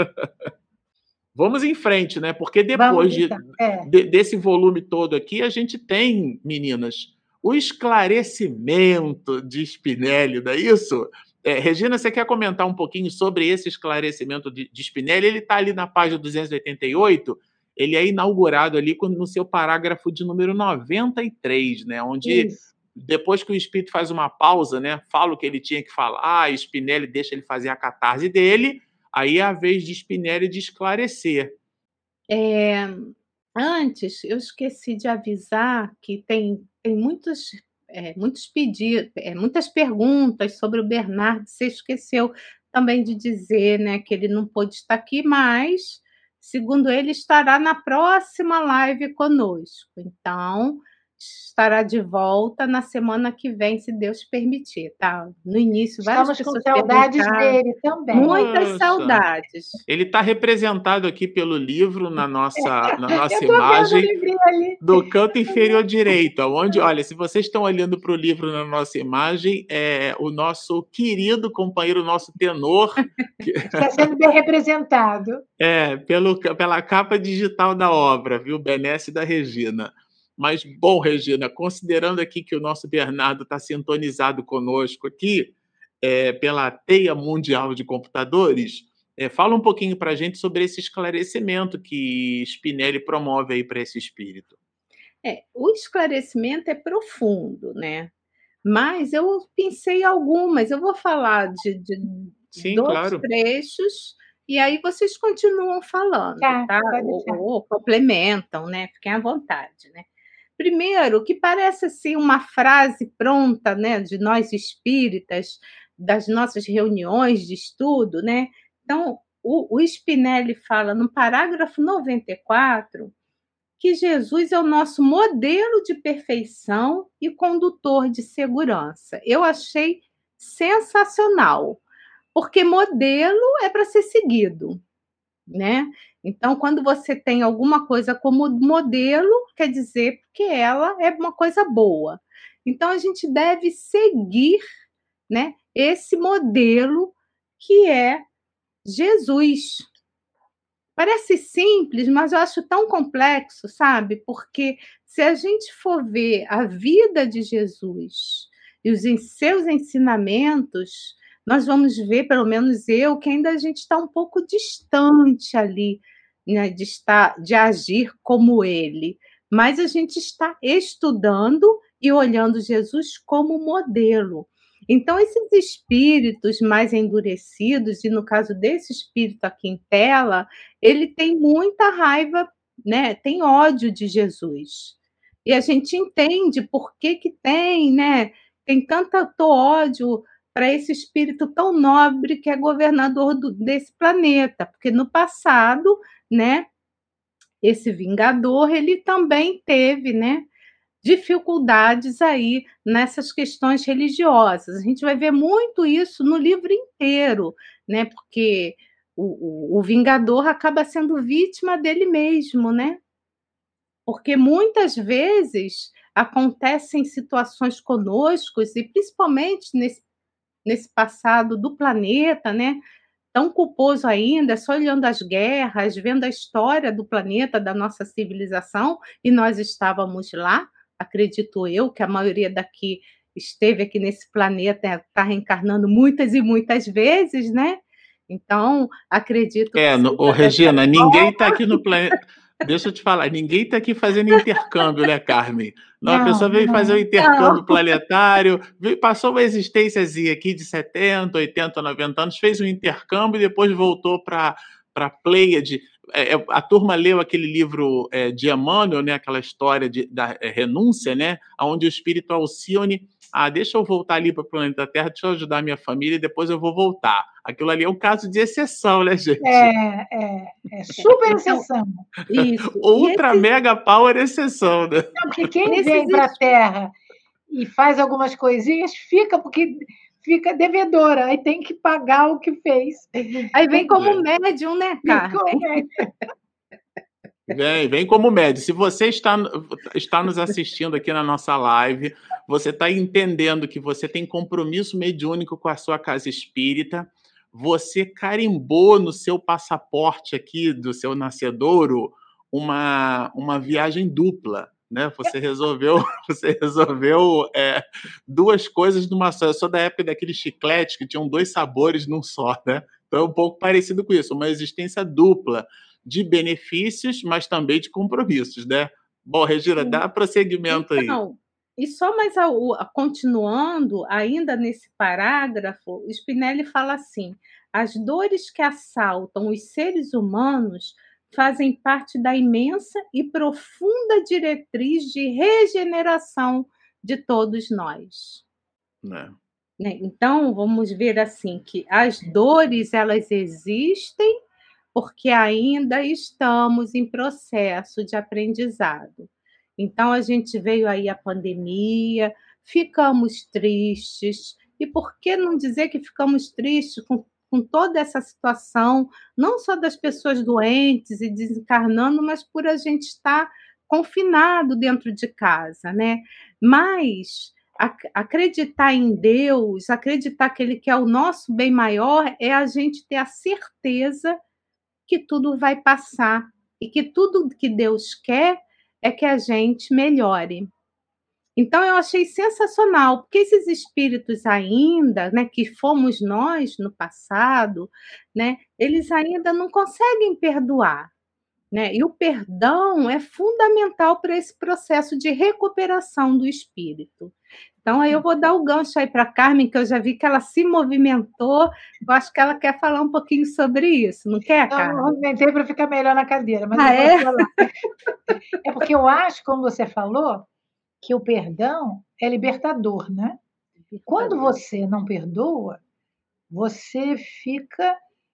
Vamos em frente, né? Porque depois desse volume todo aqui, a gente tem, meninas, o esclarecimento de Spinelli, não é isso? Regina, você quer comentar um pouquinho sobre esse esclarecimento de Spinelli? Ele está ali na página 288, ele é inaugurado ali no seu parágrafo de número 93, né? Onde, depois que o espírito faz uma pausa, né? Fala o que ele tinha que falar, Spinelli deixa ele fazer a catarse dele, aí é a vez de Spinelli de esclarecer. Antes, eu esqueci de avisar que tem muitos pedidos, muitas perguntas sobre o Bernardo. Você esqueceu também de dizer, né, que ele não pôde estar aqui, mas, segundo ele, estará na próxima live conosco. Então, estará de volta na semana que vem, se Deus permitir, tá? No início, várias Estamos com pessoas saudades perguntaram, dele também. muitas Poxa, saudades. ele está representado aqui pelo livro na nossa Eu tô vendo o imagem livrinho ali. do canto inferior direito, onde, olha, se vocês estão olhando para o livro na nossa imagem, é o nosso querido companheiro, nosso tenor, Está sendo bem representado. pela capa digital da obra, viu? Benesse da Regina. Mas, bom, Regina, considerando aqui que o nosso Bernardo está sintonizado conosco aqui, pela teia mundial de computadores, fala um pouquinho para a gente sobre esse esclarecimento que Spinelli promove aí para esse espírito. O esclarecimento é profundo, né? Mas eu pensei algumas, eu vou falar de Sim, 2 claro. trechos, e aí vocês continuam falando, Tá, tá? pode Ou deixar. ou complementam, né, fiquem à vontade, né. Primeiro, que parece, assim, uma frase pronta, né, de nós espíritas, das nossas reuniões de estudo, né. Então, o Spinelli fala no parágrafo 94 que Jesus é o nosso modelo de perfeição e condutor de segurança. Eu achei sensacional, porque modelo é para ser seguido, né? Então, quando você tem alguma coisa como modelo, quer dizer que ela é uma coisa boa. Então, a gente deve seguir, né, esse modelo que é Jesus. Parece simples, mas eu acho tão complexo, sabe? Porque se a gente for ver a vida de Jesus e seus ensinamentos, nós vamos ver, pelo menos eu, que ainda a gente está um pouco distante ali, né, de agir como ele. Mas a gente está estudando e olhando Jesus como modelo. Então, esses espíritos mais endurecidos, e no caso desse espírito aqui em tela, ele tem muita raiva, né, tem ódio de Jesus. E a gente entende por que que tem, né, tem tanto ódio para esse espírito tão nobre que é governador desse planeta, porque no passado, né, esse vingador, ele também teve, né, dificuldades aí nessas questões religiosas. A gente vai ver muito isso no livro inteiro, né, porque o vingador acaba sendo vítima dele mesmo, né, porque muitas vezes acontecem situações conosco e principalmente nesse passado do planeta, né, tão culposo ainda, só olhando as guerras, vendo a história do planeta, da nossa civilização, e nós estávamos lá, acredito eu, que a maioria daqui esteve aqui nesse planeta, está reencarnando muitas e muitas vezes, né? Então, acredito que Ô, seja dessa Regina, ninguém forma. está aqui no planeta. Deixa eu te falar, ninguém está aqui fazendo intercâmbio, né, Carmen? Não, a Não, pessoa veio fazer um não. intercâmbio planetário, passou uma existênciazinha aqui de 70, 80, 90 anos, fez um intercâmbio e depois voltou para a Pleiade. A turma leu aquele livro de Emmanuel, né, aquela história da renúncia, né, onde o espírito Alcione, deixa eu voltar ali para o planeta Terra, deixa eu ajudar a minha família e depois eu vou voltar. Aquilo ali é um caso de exceção, né, gente? É super Então, exceção. isso. Ultra mega power exceção, né? Não, porque quem Esses vem para a Terra e faz algumas coisinhas, porque fica devedora, aí tem que pagar o que fez. aí vem como médium, né, Carmen? Vem como médio. Se você está nos assistindo aqui na nossa live, você está entendendo que você tem compromisso mediúnico com a sua casa espírita, você carimbou no seu passaporte aqui do seu nascedouro uma viagem dupla, né? Você resolveu duas coisas numa só. Eu sou da época daqueles chicletes que tinham dois sabores num só, né? Então é um pouco parecido com isso, uma existência dupla de benefícios, mas também de compromissos, né? Bom, Regina, dá prosseguimento aí. Então, e só mais continuando, ainda nesse parágrafo, Spinelli fala assim: as dores que assaltam os seres humanos fazem parte da imensa e profunda diretriz de regeneração de todos nós. Né? Né? Então, vamos ver assim que as dores elas existem porque ainda estamos em processo de aprendizado. Então a gente veio aí a pandemia, ficamos tristes, e por que não dizer que ficamos tristes com toda essa situação, não só das pessoas doentes e desencarnando, mas por a gente estar confinado dentro de casa, né. Mas acreditar em Deus, acreditar que Ele quer o nosso bem maior, é a gente ter a certeza que tudo vai passar e que tudo que Deus quer é que a gente melhore. Então eu achei sensacional, porque esses espíritos ainda, né, que fomos nós no passado, né, eles ainda não conseguem perdoar, né, e o perdão é fundamental para esse processo de recuperação do espírito. Então aí eu vou dar o gancho aí para Carmen, que eu já vi que ela se movimentou, eu acho que ela quer falar um pouquinho sobre isso, não quer, Não, Carmen? eu movimentei para ficar melhor na cadeira, mas Ah, eu é? posso falar. É porque eu acho, como você falou, que o perdão é libertador, né? Quando você não perdoa, você fica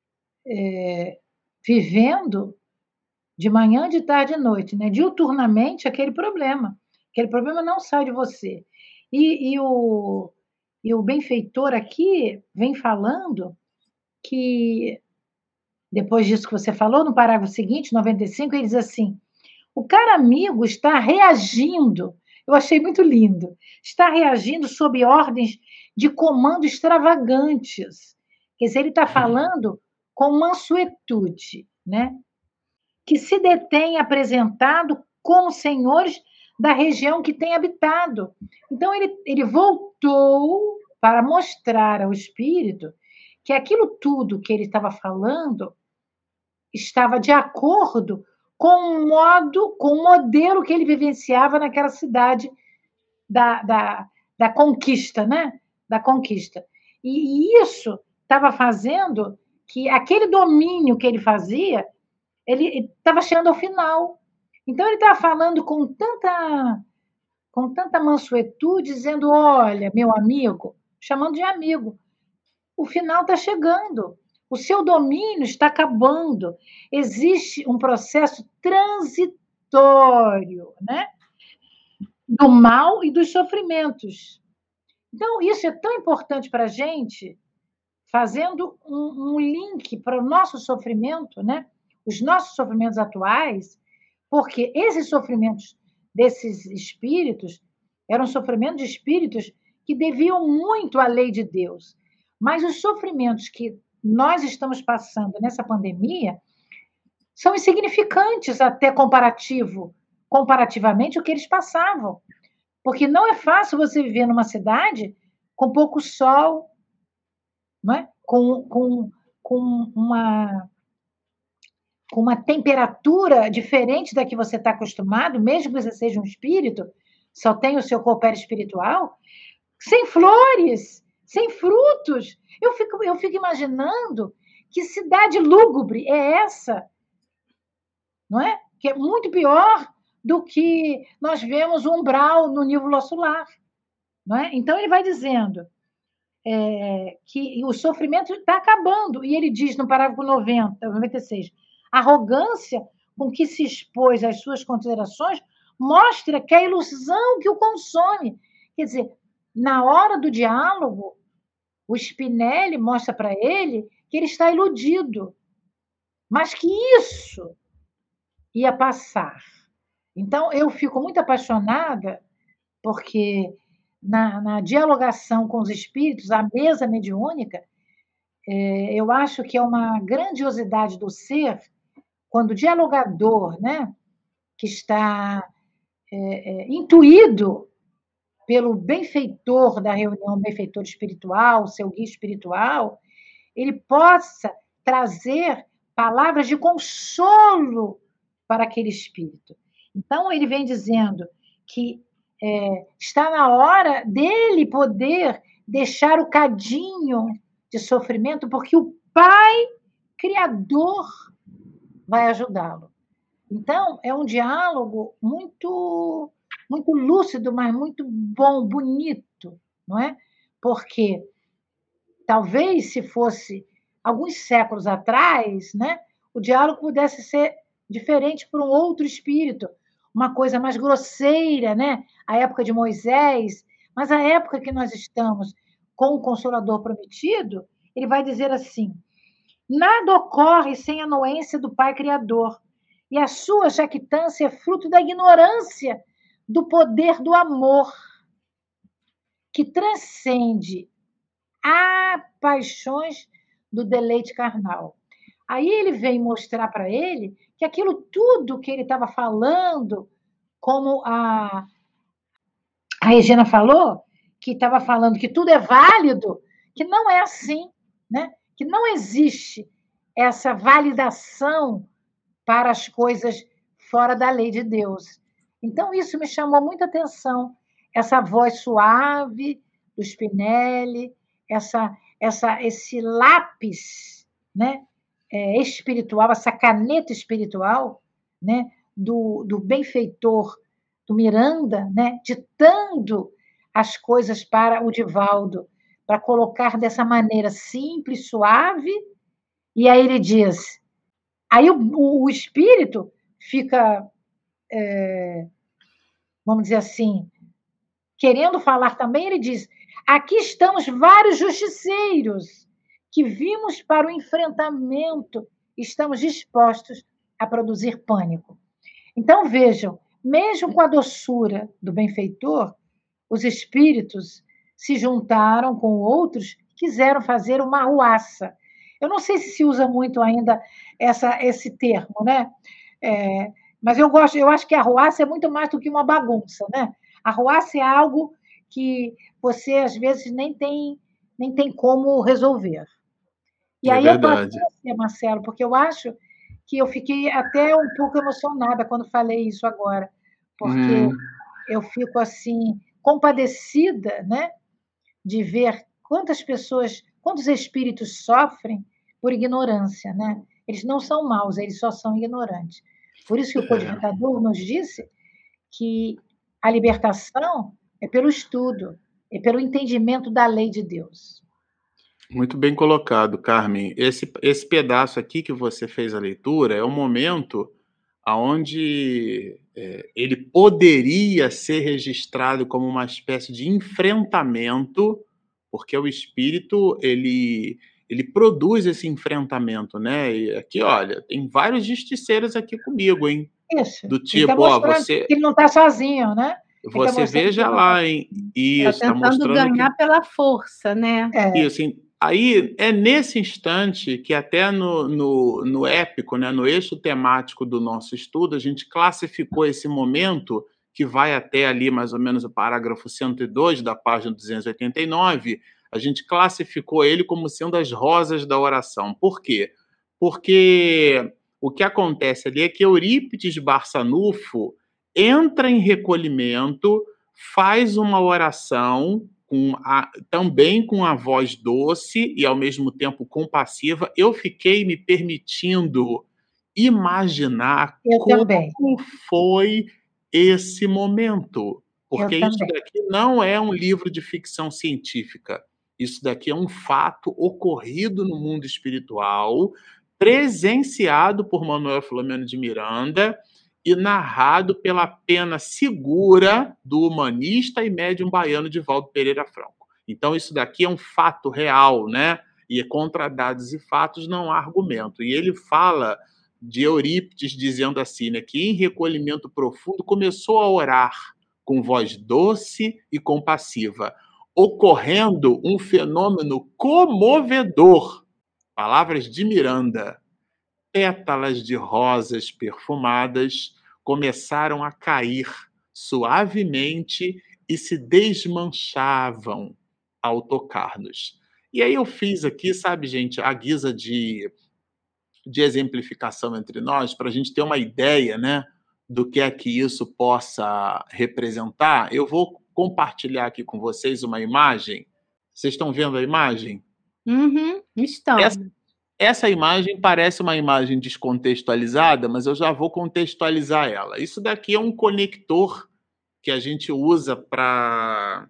vivendo de manhã, de tarde e de noite, né? Diuturnamente aquele problema. Aquele problema não sai de você. E o benfeitor aqui vem falando que, depois disso que você falou, no parágrafo seguinte, 95, ele diz assim: o cara amigo está reagindo, eu achei muito lindo, está reagindo sob ordens de comando extravagantes. Quer dizer, ele está falando com mansuetude, né? Que se detém apresentado como senhores da região que tem habitado. Então, ele voltou para mostrar ao espírito que aquilo tudo que ele estava falando estava de acordo com o modelo que ele vivenciava naquela cidade da conquista, né? Da conquista. E isso estava fazendo que aquele domínio que ele fazia, ele estava chegando ao final. Então, ele estava falando com tanta mansuetude, dizendo: olha, meu amigo, chamando de amigo, o final está chegando. O seu domínio está acabando. Existe um processo transitório, né? Do mal e dos sofrimentos. Então, isso é tão importante para a gente, fazendo um link para o nosso sofrimento, né? Os nossos sofrimentos atuais, porque esses sofrimentos desses espíritos eram sofrimentos de espíritos que deviam muito à lei de Deus. Mas os sofrimentos que nós estamos passando nessa pandemia são insignificantes até comparativamente o que eles passavam. Porque não é fácil você viver numa cidade com pouco sol, não é? com uma temperatura diferente da que você está acostumado, mesmo que você seja um espírito, só tem o seu corpo espiritual, sem flores, sem frutos. Eu fico imaginando que cidade lúgubre é essa, não é? Que é muito pior do que nós vemos o umbral no nível solar, não é? Então ele vai dizendo que o sofrimento está acabando, e ele diz no parágrafo 96, a arrogância com que se expôs às suas considerações mostra que é a ilusão que o consome. Quer dizer, na hora do diálogo, o Spinelli mostra para ele que ele está iludido, mas que isso ia passar. Então, eu fico muito apaixonada, porque na dialogação com os espíritos, a mesa mediúnica, eu acho que é uma grandiosidade do ser, quando o dialogador, né, que está intuído pelo benfeitor da reunião, benfeitor espiritual, seu guia espiritual, ele possa trazer palavras de consolo para aquele espírito. Então, ele vem dizendo que está na hora dele poder deixar o cadinho de sofrimento, porque o Pai Criador vai ajudá-lo. Então, é um diálogo muito, muito lúcido, mas muito bom, bonito, não é? Porque talvez se fosse alguns séculos atrás, né, o diálogo pudesse ser diferente para um outro espírito, uma coisa mais grosseira, né? A época de Moisés, mas a época que nós estamos com o Consolador prometido, ele vai dizer assim: nada ocorre sem a anuência do Pai Criador, e a sua jactância é fruto da ignorância do poder do amor, que transcende as paixões do deleite carnal. Aí ele vem mostrar para ele que aquilo tudo que ele estava falando, como a Regina falou, que estava falando que tudo é válido, que não é assim, né? Que não existe essa validação para as coisas fora da lei de Deus. Então, isso me chamou muita atenção, essa voz suave do Spinelli, esse lápis, né, espiritual, essa caneta espiritual, né, do benfeitor, do Miranda, né, ditando as coisas para o Divaldo, para colocar dessa maneira simples, suave, e aí ele diz... Aí o espírito fica, vamos dizer assim, querendo falar também, ele diz: aqui estamos vários justiceiros que vimos para o enfrentamento, estamos dispostos a produzir pânico. Então, vejam, mesmo com a doçura do benfeitor, os espíritos se juntaram com outros e quiseram fazer uma arruaça. Eu não sei se usa muito ainda esse termo, né? Mas eu acho que a arruaça é muito mais do que uma bagunça, né? A arruaça é algo que você, às vezes, nem tem como resolver. E aí eu passo para você, Marcelo, porque eu acho que eu fiquei até um pouco emocionada quando falei isso agora, porque eu fico, assim, compadecida, né, de ver quantas pessoas, quantos espíritos sofrem por ignorância, né? Eles não são maus, eles só são ignorantes. Por isso que o codificador nos disse que a libertação é pelo estudo, é pelo entendimento da lei de Deus. Muito bem colocado, Carmen. Esse pedaço aqui que você fez a leitura é o momento onde ele poderia ser registrado como uma espécie de enfrentamento, porque o espírito ele produz esse enfrentamento, né? E aqui, olha, tem vários justiceiros aqui comigo, hein? Isso. Do tipo, ó, você... que ele não está sozinho, né? Você veja lá, hein? Isso, está tentando ganhar pela força, né? Isso, aí é nesse instante que até no épico, né, no eixo temático do nosso estudo, a gente classificou esse momento, que vai até ali mais ou menos o parágrafo 102 da página 289, a gente classificou ele como sendo as rosas da oração. Por quê? Porque o que acontece ali é que Eurípides Barçanufo entra em recolhimento, faz uma oração também com a voz doce e, ao mesmo tempo, compassiva. Eu fiquei me permitindo imaginar como foi esse momento. Porque isso daqui não é um livro de ficção científica. Isso daqui é um fato ocorrido no mundo espiritual, presenciado por Manuel Filomeno de Miranda e narrado pela pena segura do humanista e médium baiano Divaldo Pereira Franco. Então, isso daqui é um fato real, né? E contra dados e fatos não há argumento. E ele fala de Eurípides dizendo assim, né, que em recolhimento profundo começou a orar com voz doce e compassiva, ocorrendo um fenômeno comovedor. Palavras de Miranda. Pétalas de rosas perfumadas começaram a cair suavemente e se desmanchavam ao tocar-nos. E aí eu fiz aqui, sabe, gente, a guisa de exemplificação entre nós, para a gente ter uma ideia, né, do que é que isso possa representar. Eu vou compartilhar aqui com vocês uma imagem. Vocês estão vendo a imagem? Estamos. Essa imagem parece uma imagem descontextualizada, mas eu já vou contextualizar ela. Isso daqui é um conector que a gente usa para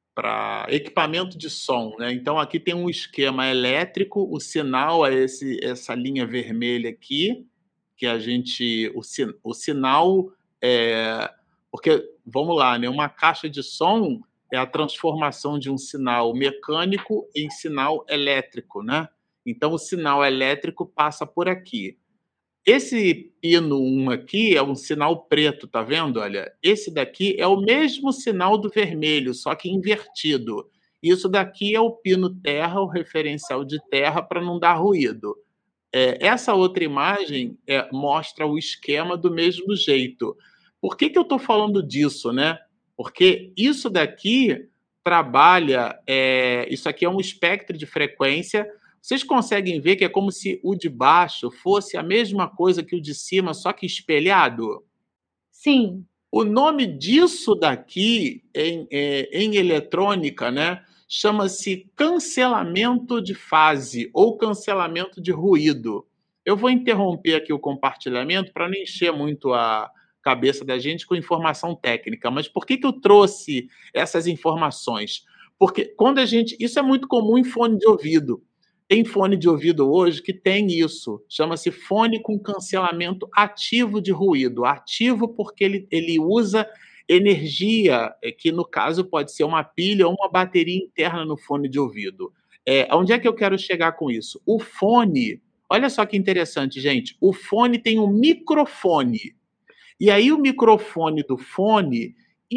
equipamento de som, né? Então, aqui tem um esquema elétrico, o sinal é essa linha vermelha aqui, que o sinal Porque, vamos lá, né? Uma caixa de som é a transformação de um sinal mecânico em sinal elétrico, né? Então, o sinal elétrico passa por aqui. Esse pino 1 aqui é um sinal preto, tá vendo? Olha, esse daqui é o mesmo sinal do vermelho, só que invertido. Isso daqui é o pino terra, o referencial de terra, para não dar ruído. Essa outra imagem mostra o esquema do mesmo jeito. Por que eu estou falando disso, né? Porque isso daqui trabalha, isso aqui é um espectro de frequência. Vocês conseguem ver que é como se o de baixo fosse a mesma coisa que o de cima, só que espelhado? Sim. O nome disso daqui, em eletrônica, né, chama-se cancelamento de fase ou cancelamento de ruído. Eu vou interromper aqui o compartilhamento para não encher muito a cabeça da gente com informação técnica. Mas por que eu trouxe essas informações? Porque quando isso é muito comum em fone de ouvido. Tem fone de ouvido hoje que tem isso, chama-se fone com cancelamento ativo de ruído. Ativo porque ele usa energia, que no caso pode ser uma pilha ou uma bateria interna no fone de ouvido. Onde é que eu quero chegar com isso? O fone, olha só que interessante, gente, o fone tem um microfone. E aí o microfone do fone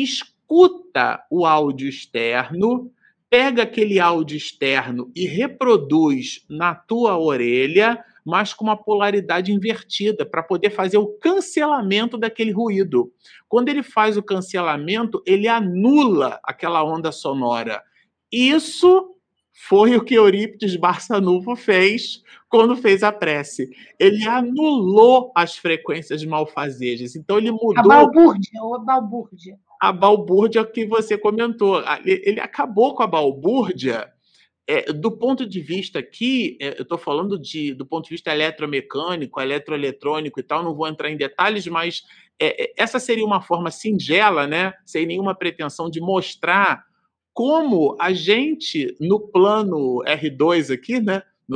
escuta o áudio externo, pega aquele áudio externo e reproduz na tua orelha, mas com uma polaridade invertida, para poder fazer o cancelamento daquele ruído. Quando ele faz o cancelamento, ele anula aquela onda sonora. Isso foi o que Eurípides Barçanufo fez quando fez a prece. Ele anulou as frequências malfazejas. Então, ele mudou... A balbúrdia, ou a balbúrdia. A balbúrdia que você comentou. Ele acabou com a balbúrdia do ponto de vista aqui, eu estou falando do ponto de vista eletromecânico, eletroeletrônico e tal, não vou entrar em detalhes, mas essa seria uma forma singela, né, sem nenhuma pretensão de mostrar como a gente, no plano R2 aqui, né, no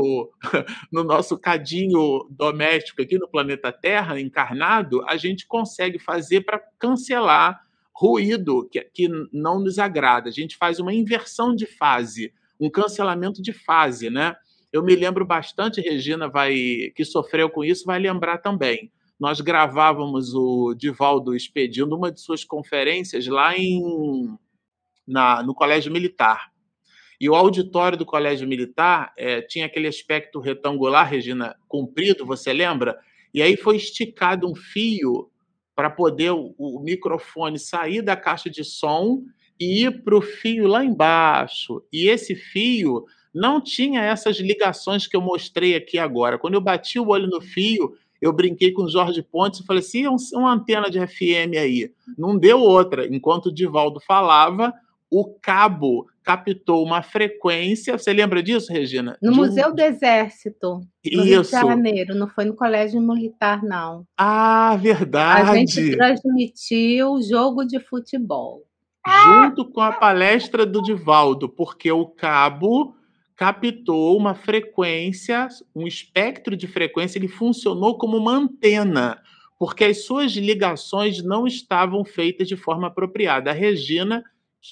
nosso cadinho doméstico aqui no planeta Terra, encarnado, a gente consegue fazer para cancelar ruído que não nos agrada. A gente faz uma inversão de fase, um cancelamento de fase, né? Eu me lembro bastante, Regina, que sofreu com isso, vai lembrar também. Nós gravávamos o Divaldo expedindo uma de suas conferências lá no Colégio Militar. E o auditório do Colégio Militar tinha aquele aspecto retangular, Regina, comprido, você lembra? E aí foi esticado um fio para poder o microfone sair da caixa de som e ir para o fio lá embaixo. E esse fio não tinha essas ligações que eu mostrei aqui agora. Quando eu bati o olho no fio, eu brinquei com o Jorge Pontes e falei assim, uma antena de FM aí. Não deu outra. Enquanto o Divaldo falava, o cabo captou uma frequência. Você lembra disso, Regina? No Museu do Exército, no Rio de Isso. Janeiro. Não foi no Colégio Militar, não. Ah, verdade. A gente transmitiu o jogo de futebol. Junto com a palestra do Divaldo, porque o cabo captou uma frequência, um espectro de frequência, ele funcionou como uma antena, porque as suas ligações não estavam feitas de forma apropriada. A Regina,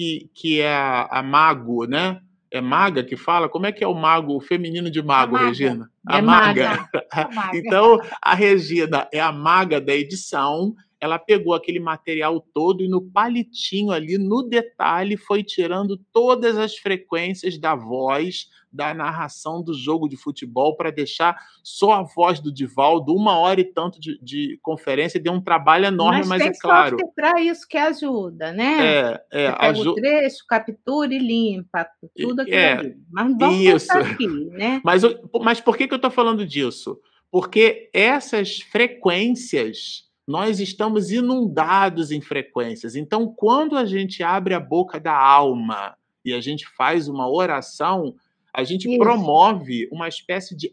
que é a mago, né? É maga que fala? Como é que é o mago, o feminino de mago, Regina? A maga. Então, a Regina é a maga da edição. Ela pegou aquele material todo e no palitinho ali, no detalhe, foi tirando todas as frequências da voz, da narração do jogo de futebol para deixar só a voz do Divaldo, 1 hora e tanto de conferência, deu um trabalho enorme, mas é claro... Mas tem software para isso que ajuda, né? Você pega o trecho, captura e limpa, tudo aquilo ali. Mas vamos voltar aqui, né? Mas por que eu estou falando disso? Porque essas frequências... Nós estamos inundados em frequências. Então, quando a gente abre a boca da alma e a gente faz uma oração, a gente promove uma espécie de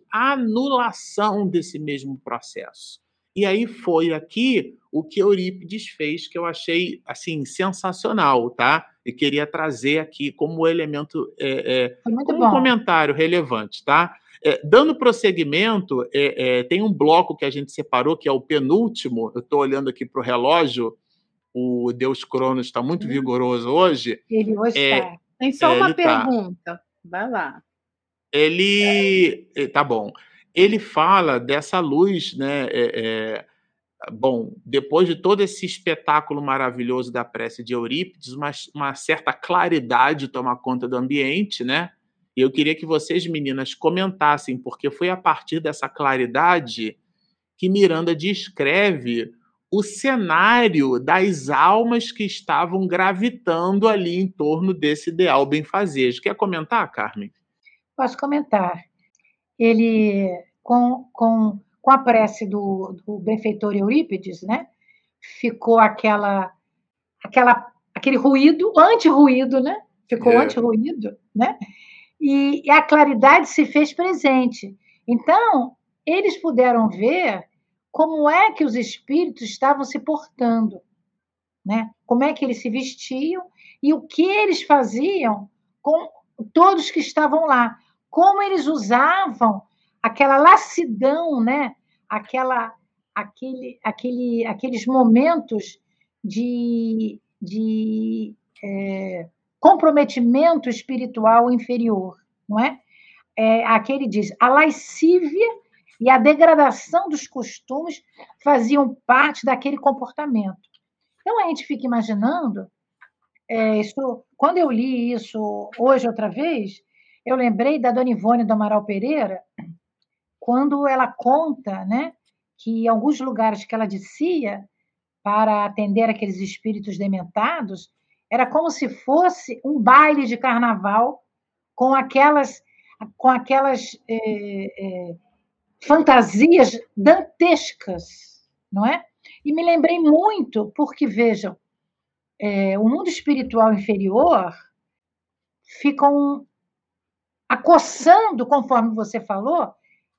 anulação desse mesmo processo. E aí foi aqui o que Eurípides fez, que eu achei assim sensacional, tá? E queria trazer aqui como elemento, como um comentário relevante, tá? Dando prosseguimento, tem um bloco que a gente separou, que é o penúltimo. Eu estou olhando aqui para o relógio, o Deus Cronos está muito vigoroso hoje. Ele hoje está. Tem só uma ele tá. pergunta. Vai lá. Tá bom. Ele fala dessa luz, né? Bom, depois de todo esse espetáculo maravilhoso da prece de Eurípides, uma certa claridade toma conta do ambiente, né? E eu queria que vocês, meninas, comentassem, porque foi a partir dessa claridade que Miranda descreve o cenário das almas que estavam gravitando ali em torno desse ideal benfazejo. Quer comentar, Carmen? Posso comentar. Ele, com a prece do benfeitor Eurípides, né, ficou aquele ruído, anti-ruído, né? Ficou anti-ruído, né? E a claridade se fez presente. Então, eles puderam ver como é que os espíritos estavam se portando, né? Como é que eles se vestiam e o que eles faziam com todos que estavam lá. Como eles usavam aquela lassidão, né? Aqueles momentos de comprometimento espiritual inferior, não é? Aqui ele diz, a lascívia e a degradação dos costumes faziam parte daquele comportamento. Então, a gente fica imaginando, quando eu li isso hoje outra vez, eu lembrei da Dona Ivone do Amaral Pereira, quando ela conta, né, que em alguns lugares que ela descia para atender aqueles espíritos dementados, era como se fosse um baile de carnaval com aquelas fantasias dantescas, não é? E me lembrei muito, porque, vejam, o mundo espiritual inferior ficam acossando, conforme você falou,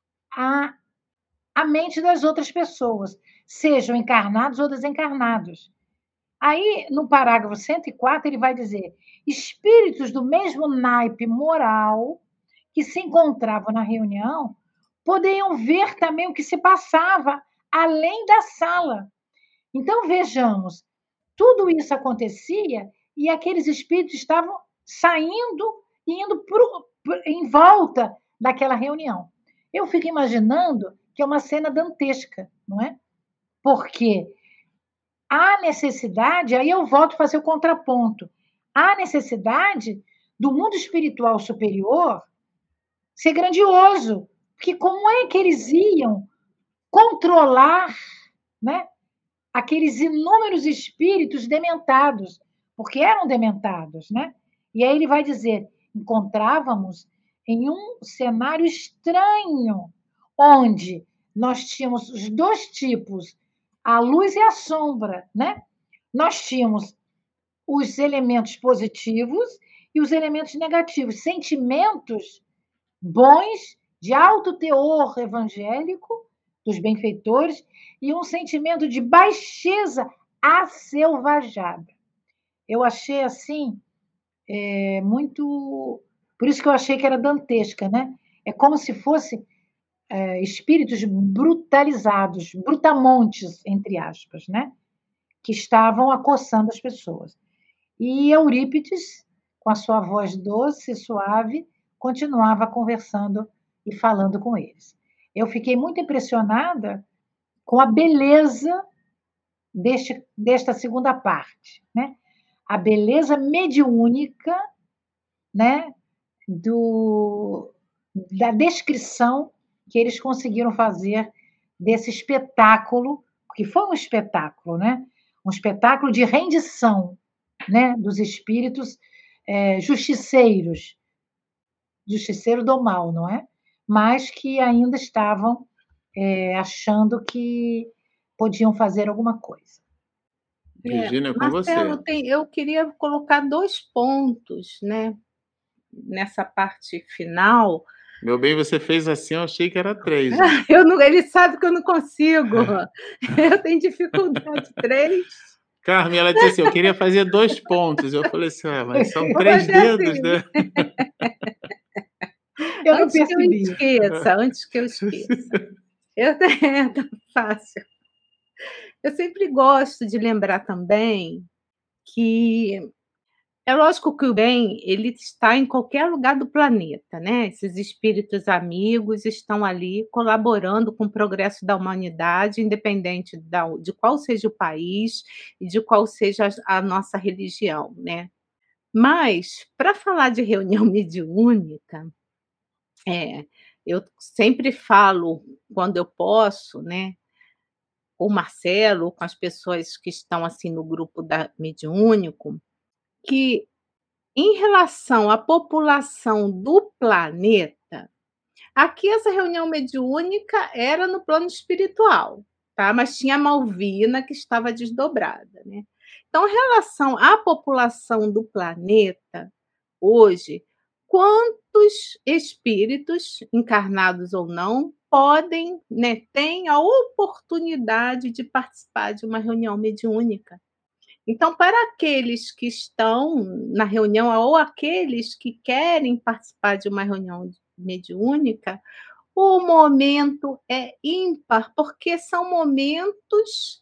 a mente das outras pessoas, sejam encarnados ou desencarnados. Aí, no parágrafo 104, ele vai dizer: espíritos do mesmo naipe moral que se encontravam na reunião podiam ver também o que se passava além da sala. Então, vejamos, tudo isso acontecia e aqueles espíritos estavam saindo e indo em volta daquela reunião. Eu fico imaginando que é uma cena dantesca, não é? Porque há necessidade, aí eu volto a fazer o contraponto, há necessidade do mundo espiritual superior ser grandioso, porque como é que eles iam controlar, né, aqueles inúmeros espíritos dementados, porque eram dementados, né? E aí ele vai dizer, encontrávamos em um cenário estranho, onde nós tínhamos os dois tipos, a luz e a sombra, né? Nós tínhamos os elementos positivos e os elementos negativos, sentimentos bons, de alto teor evangélico, dos benfeitores, e um sentimento de baixeza aselvajada. Eu achei assim, muito... Por isso que eu achei que era dantesca, né? É como se fosse espíritos brutalizados, brutamontes, entre aspas, né? Que estavam acossando as pessoas. E Eurípides, com a sua voz doce e suave, continuava conversando e falando com eles. Eu fiquei muito impressionada com a beleza desta segunda parte, né? A beleza mediúnica, né? Da descrição que eles conseguiram fazer desse espetáculo, porque foi um espetáculo, né? Um espetáculo de rendição, né? Dos espíritos justiceiros do mal, não é? Mas que ainda estavam achando que podiam fazer alguma coisa. Virgínia, com Marcelo, você. eu queria colocar 2 pontos, né, nessa parte final. Meu bem, você fez assim, eu achei que era 3. Ele sabe que eu não consigo. Eu tenho dificuldade. 3. Carmen, ela disse assim, eu queria fazer 2 pontos. Eu falei assim, mas são 3 dedos, assim, né? Eu não Antes que eu percebi. esqueça, antes que eu esqueça. Tá fácil. Eu sempre gosto de lembrar também que é lógico que o bem, ele está em qualquer lugar do planeta, né, esses espíritos amigos estão ali colaborando com o progresso da humanidade, independente de qual seja o país e de qual seja a nossa religião, né. Mas, para falar de reunião mediúnica, é, eu sempre falo quando eu posso, né, com o Marcelo, com as pessoas que estão, assim, no grupo da mediúnico, que em relação à população do planeta, aqui essa reunião mediúnica era no plano espiritual, tá, mas tinha a Malvina que estava desdobrada, né. Então, em relação à população do planeta, hoje, quantos espíritos, encarnados ou não, podem, né, têm a oportunidade de participar de uma reunião mediúnica? Então, para aqueles que estão na reunião ou aqueles que querem participar de uma reunião mediúnica, o momento é ímpar, porque são momentos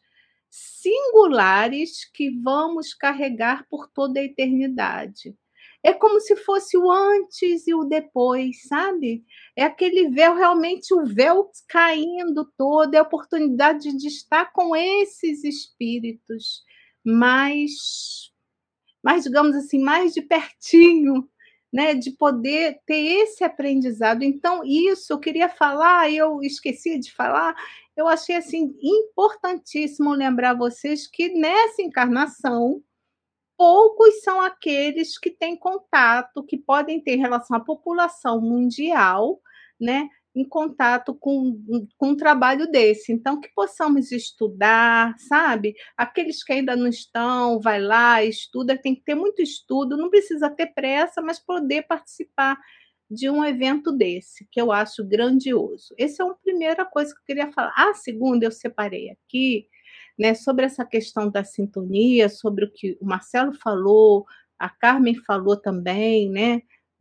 singulares que vamos carregar por toda a eternidade. É como se fosse o antes e o depois, sabe? É aquele véu, realmente o véu caindo todo, é a oportunidade de estar com esses espíritos mais digamos assim, mais de pertinho, né, de poder ter esse aprendizado. Então isso eu queria falar, eu esqueci de falar, eu achei, assim, importantíssimo lembrar vocês que nessa encarnação, poucos são aqueles que têm contato, que podem ter relação à população mundial, né, em contato com um trabalho desse. Então, que possamos estudar, sabe? Aqueles que ainda não estão, vai lá, estuda, tem que ter muito estudo, não precisa ter pressa, mas poder participar de um evento desse, que eu acho grandioso. Essa é uma primeira coisa que eu queria falar. A segunda eu separei aqui, né, sobre essa questão da sintonia, sobre o que o Marcelo falou, a Carmen falou também, né,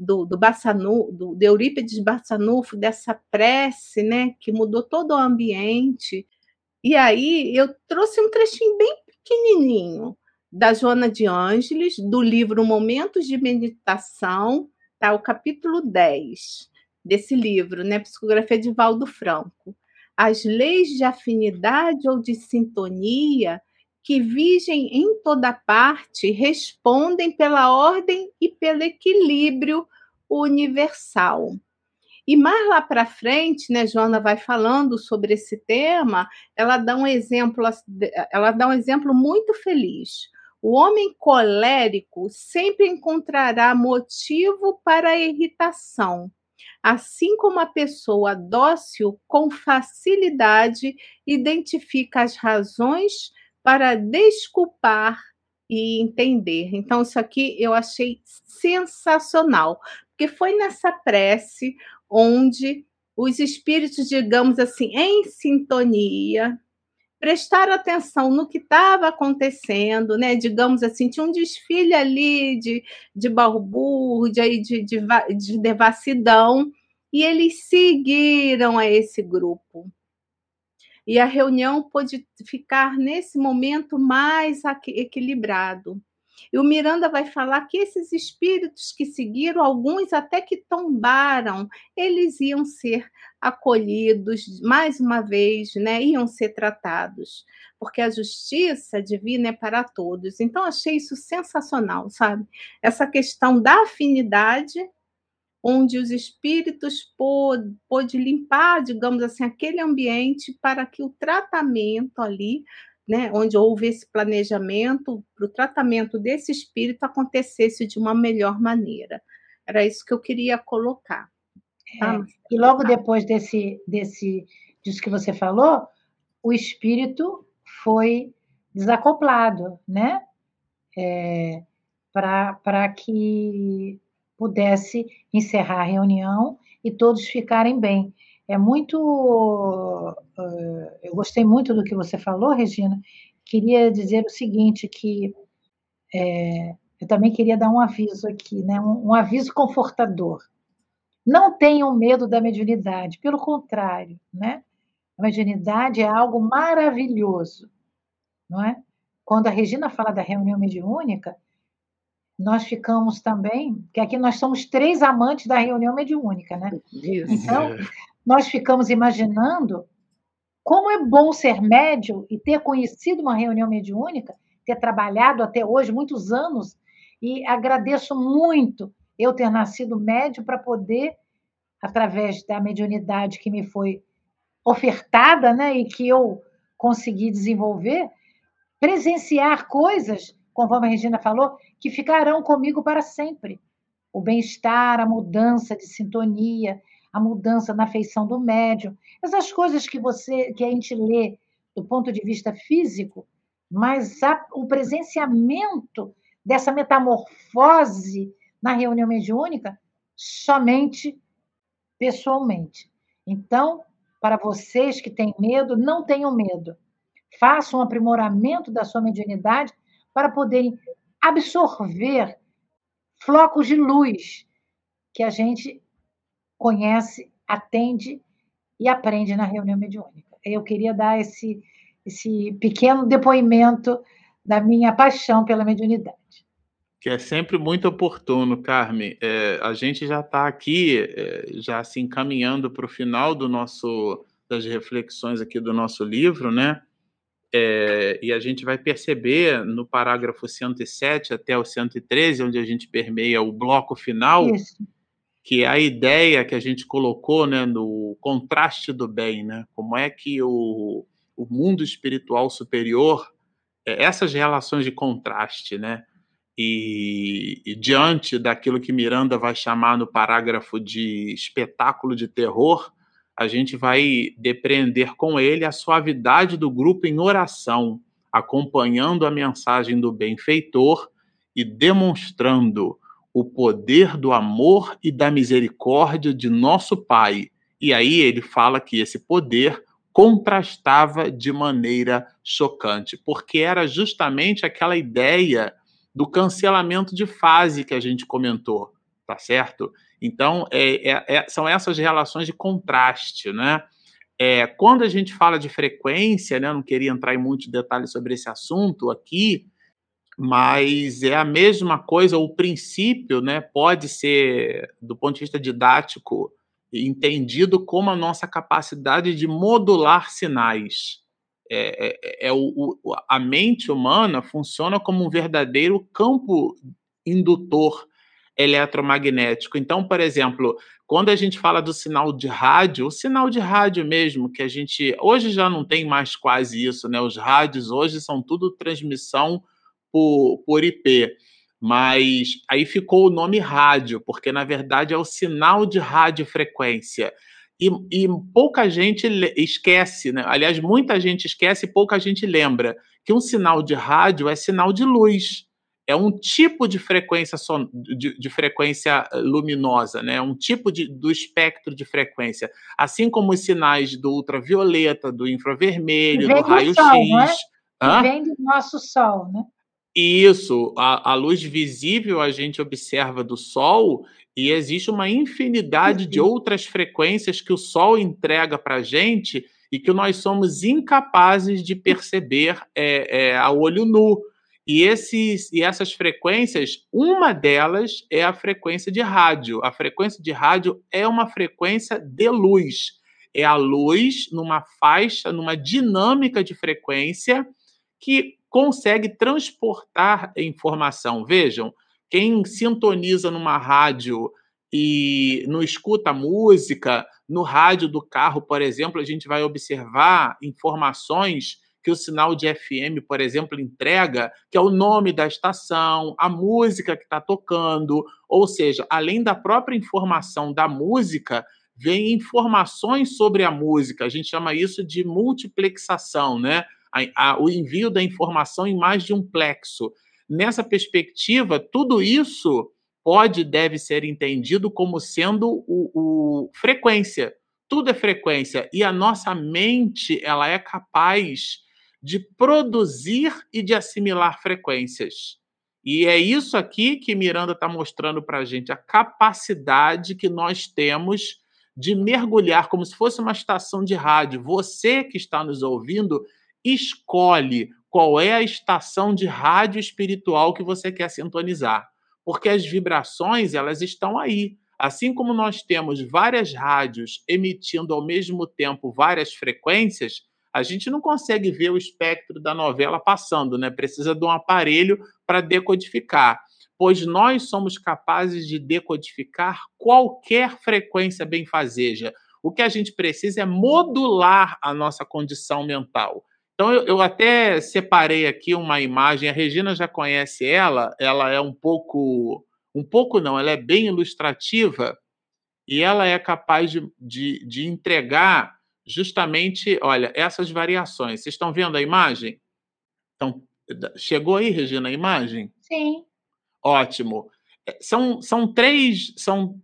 de Eurípides Barçanufo, dessa prece, né, que mudou todo o ambiente. E aí eu trouxe um trechinho bem pequenininho da Joana de Ângeles, do livro Momentos de Meditação, tá, o capítulo 10 desse livro, né, Psicografia de Valdo Franco. As leis de afinidade ou de sintonia que vigem em toda parte respondem pela ordem e pelo equilíbrio universal. E mais lá para frente, né, Joana vai falando sobre esse tema, ela dá um exemplo muito feliz. O homem colérico sempre encontrará motivo para a irritação, assim como a pessoa dócil com facilidade identifica as razões para desculpar e entender. Então isso aqui eu achei sensacional, porque foi nessa prece onde os espíritos, digamos assim, em sintonia, prestaram atenção no que estava acontecendo, né? Digamos assim, tinha um desfile ali de balbúrdia e de devassidão, e eles seguiram a esse grupo. E a reunião pôde ficar, nesse momento, mais equilibrado. E o Miranda vai falar que esses espíritos que seguiram, alguns até que tombaram, eles iam ser acolhidos mais uma vez, né? Iam ser tratados, porque a justiça divina é para todos. Então, achei isso sensacional, sabe? Essa questão da afinidade, onde os espíritos pôde limpar, digamos assim, aquele ambiente para que o tratamento ali, né, onde houve esse planejamento, para o tratamento desse espírito acontecesse de uma melhor maneira. Era isso que eu queria colocar. Tá? E logo depois disso que você falou, o espírito foi desacoplado, né? Para que pudesse encerrar a reunião e todos ficarem bem. É muito. Eu gostei muito do que você falou, Regina. Queria dizer o seguinte, que eu também queria dar um aviso aqui, né? Um aviso confortador. Não tenham medo da mediunidade, pelo contrário, né? A mediunidade é algo maravilhoso, não é? Quando a Regina fala da reunião mediúnica, nós ficamos também, que aqui nós somos 3 amantes da reunião mediúnica, né? Isso. Então, nós ficamos imaginando como é bom ser médium e ter conhecido uma reunião mediúnica, ter trabalhado até hoje muitos anos, e agradeço muito eu ter nascido médium para poder, através da mediunidade que me foi ofertada, né, e que eu consegui desenvolver, presenciar coisas, conforme a Regina falou, que ficarão comigo para sempre. O bem-estar, a mudança de sintonia, a mudança na feição do médium, essas coisas que a gente lê do ponto de vista físico, mas o presenciamento dessa metamorfose na reunião mediúnica somente pessoalmente. Então, para vocês que têm medo, não tenham medo. Façam um aprimoramento da sua mediunidade para poderem absorver flocos de luz que a gente conhece, atende e aprende na reunião mediúnica. Eu queria dar esse pequeno depoimento da minha paixão pela mediunidade. Que é sempre muito oportuno, Carmen. A gente já está aqui, já se encaminhando para o final das reflexões aqui do nosso livro, né? E a gente vai perceber no parágrafo 107 até o 113, onde a gente permeia o bloco final, Isso. que é a ideia que a gente colocou, né, no contraste do bem, né? Como é que o mundo espiritual superior, essas relações de contraste, né? E diante daquilo que Miranda vai chamar no parágrafo de espetáculo de terror, a gente vai depreender com ele a suavidade do grupo em oração, acompanhando a mensagem do benfeitor e demonstrando o poder do amor e da misericórdia de nosso Pai. E aí ele fala que esse poder contrastava de maneira chocante, porque era justamente aquela ideia do cancelamento de fase que a gente comentou, tá certo? Então, são essas relações de contraste, né? Quando a gente fala de frequência, né, eu não queria entrar em muitos detalhes sobre esse assunto aqui, mas é a mesma coisa, o princípio, né, pode ser, do ponto de vista didático, entendido como a nossa capacidade de modular sinais. A mente humana funciona como um verdadeiro campo indutor eletromagnético. Então, por exemplo, quando a gente fala do sinal de rádio, o sinal de rádio mesmo, que a gente... Hoje já não tem mais quase isso, né? Os rádios hoje são tudo transmissão por IP. Mas aí ficou o nome rádio, porque na verdade é o sinal de radiofrequência. E pouca gente esquece, né? Aliás, muita gente esquece e pouca gente lembra que um sinal de rádio é sinal de luz. É um tipo de frequência, de frequência luminosa, né? Um tipo do espectro de frequência. Assim como os sinais do ultravioleta, do infravermelho, do raio-x. Que vem do nosso Sol, né? Isso, a luz visível a gente observa do Sol e existe uma infinidade de outras frequências que o Sol entrega para a gente e que nós somos incapazes de perceber a olho nu. E essas frequências, uma delas é a frequência de rádio. A frequência de rádio é uma frequência de luz. É a luz numa faixa, numa dinâmica de frequência que consegue transportar informação. Vejam, quem sintoniza numa rádio e não escuta música, no rádio do carro, por exemplo, a gente vai observar informações que o sinal de FM, por exemplo, entrega, que é o nome da estação, a música que está tocando, ou seja, além da própria informação da música, vem informações sobre a música. A gente chama isso de multiplexação, né? O envio da informação em mais de um plexo. Nessa perspectiva, tudo isso deve ser entendido como sendo frequência. Tudo é frequência. E a nossa mente ela é capaz de produzir e de assimilar frequências. E é isso aqui que Miranda está mostrando para a gente, a capacidade que nós temos de mergulhar como se fosse uma estação de rádio. Você que está nos ouvindo, escolhe qual é a estação de rádio espiritual que você quer sintonizar, porque as vibrações, elas estão aí. Assim como nós temos várias rádios emitindo ao mesmo tempo várias frequências, a gente não consegue ver o espectro da novela passando, né? Precisa de um aparelho para decodificar, pois nós somos capazes de decodificar qualquer frequência benfazeja. O que a gente precisa é modular a nossa condição mental. Então, eu até separei aqui uma imagem, a Regina já conhece ela é um pouco não, ela é bem ilustrativa, e ela é capaz de entregar justamente, olha, essas variações. Vocês estão vendo a imagem? Então, chegou aí, Regina, a imagem? Sim. Ótimo. São três,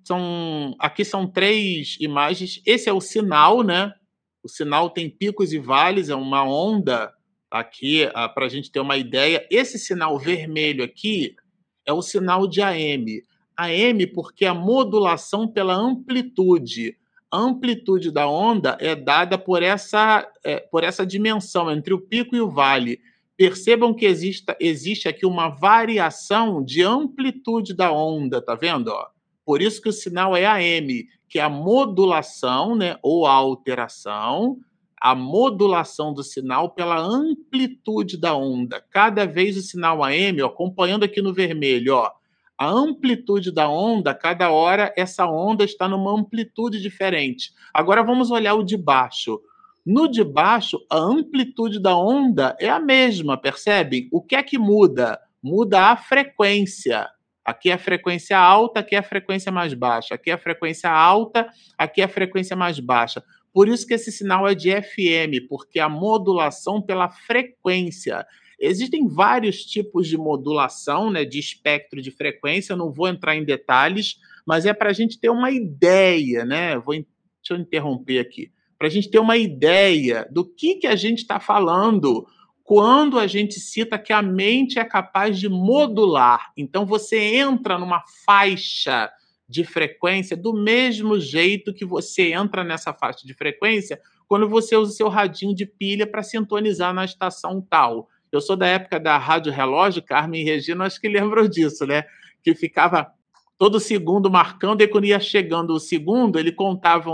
aqui são 3 imagens. Esse é o sinal, né? O sinal tem picos e vales, é uma onda aqui, para a gente ter uma ideia. Esse sinal vermelho aqui é o sinal de AM. AM porque a modulação pela amplitude. A amplitude da onda é dada por essa dimensão entre o pico e o vale. Percebam que existe aqui uma variação de amplitude da onda, tá vendo? Ó? Por isso que o sinal é AM, que é a modulação, né, ou a alteração, a modulação do sinal pela amplitude da onda. Cada vez o sinal AM, ó, acompanhando aqui no vermelho, ó, a amplitude da onda, cada hora essa onda está numa amplitude diferente. Agora vamos olhar o de baixo. No de baixo, a amplitude da onda é a mesma, percebem? O que é que muda? Muda a frequência. Aqui é a frequência alta, aqui é a frequência mais baixa. Aqui é a frequência alta, aqui é a frequência mais baixa. Por isso que esse sinal é de FM, porque a modulação pela frequência. Existem vários tipos de modulação, né, de espectro de frequência, eu não vou entrar em detalhes, mas é para a gente ter uma ideia, né? Deixa eu interromper aqui. Para a gente ter uma ideia do que a gente está falando quando a gente cita que a mente é capaz de modular. Então, você entra numa faixa de frequência do mesmo jeito que você entra nessa faixa de frequência quando você usa o seu radinho de pilha para sintonizar na estação tal. Eu sou da época da rádio relógio, Carmen e Regina, acho que lembram disso, né? Que ficava todo segundo marcando, e quando ia chegando o segundo, ele contava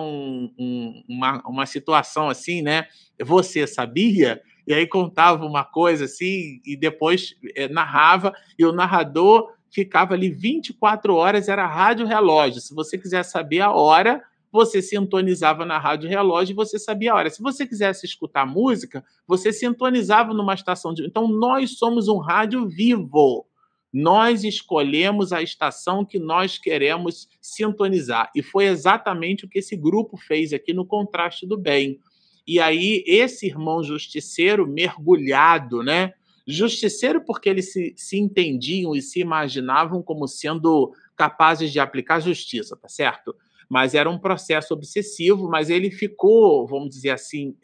uma situação assim, né? Você sabia? E aí contava uma coisa assim, e depois narrava, e o narrador ficava ali 24 horas, era rádio relógio. Se você quiser saber a hora, você sintonizava na rádio relógio e você sabia a hora. Se você quisesse escutar música, você sintonizava numa estação de... Então, nós somos um rádio vivo. Nós escolhemos a estação que nós queremos sintonizar. E foi exatamente o que esse grupo fez aqui no Contraste do Bem. E aí, esse irmão justiceiro mergulhado, né? Justiceiro porque eles se entendiam e se imaginavam como sendo capazes de aplicar justiça, tá certo? Mas era um processo obsessivo, mas ele ficou, vamos dizer assim,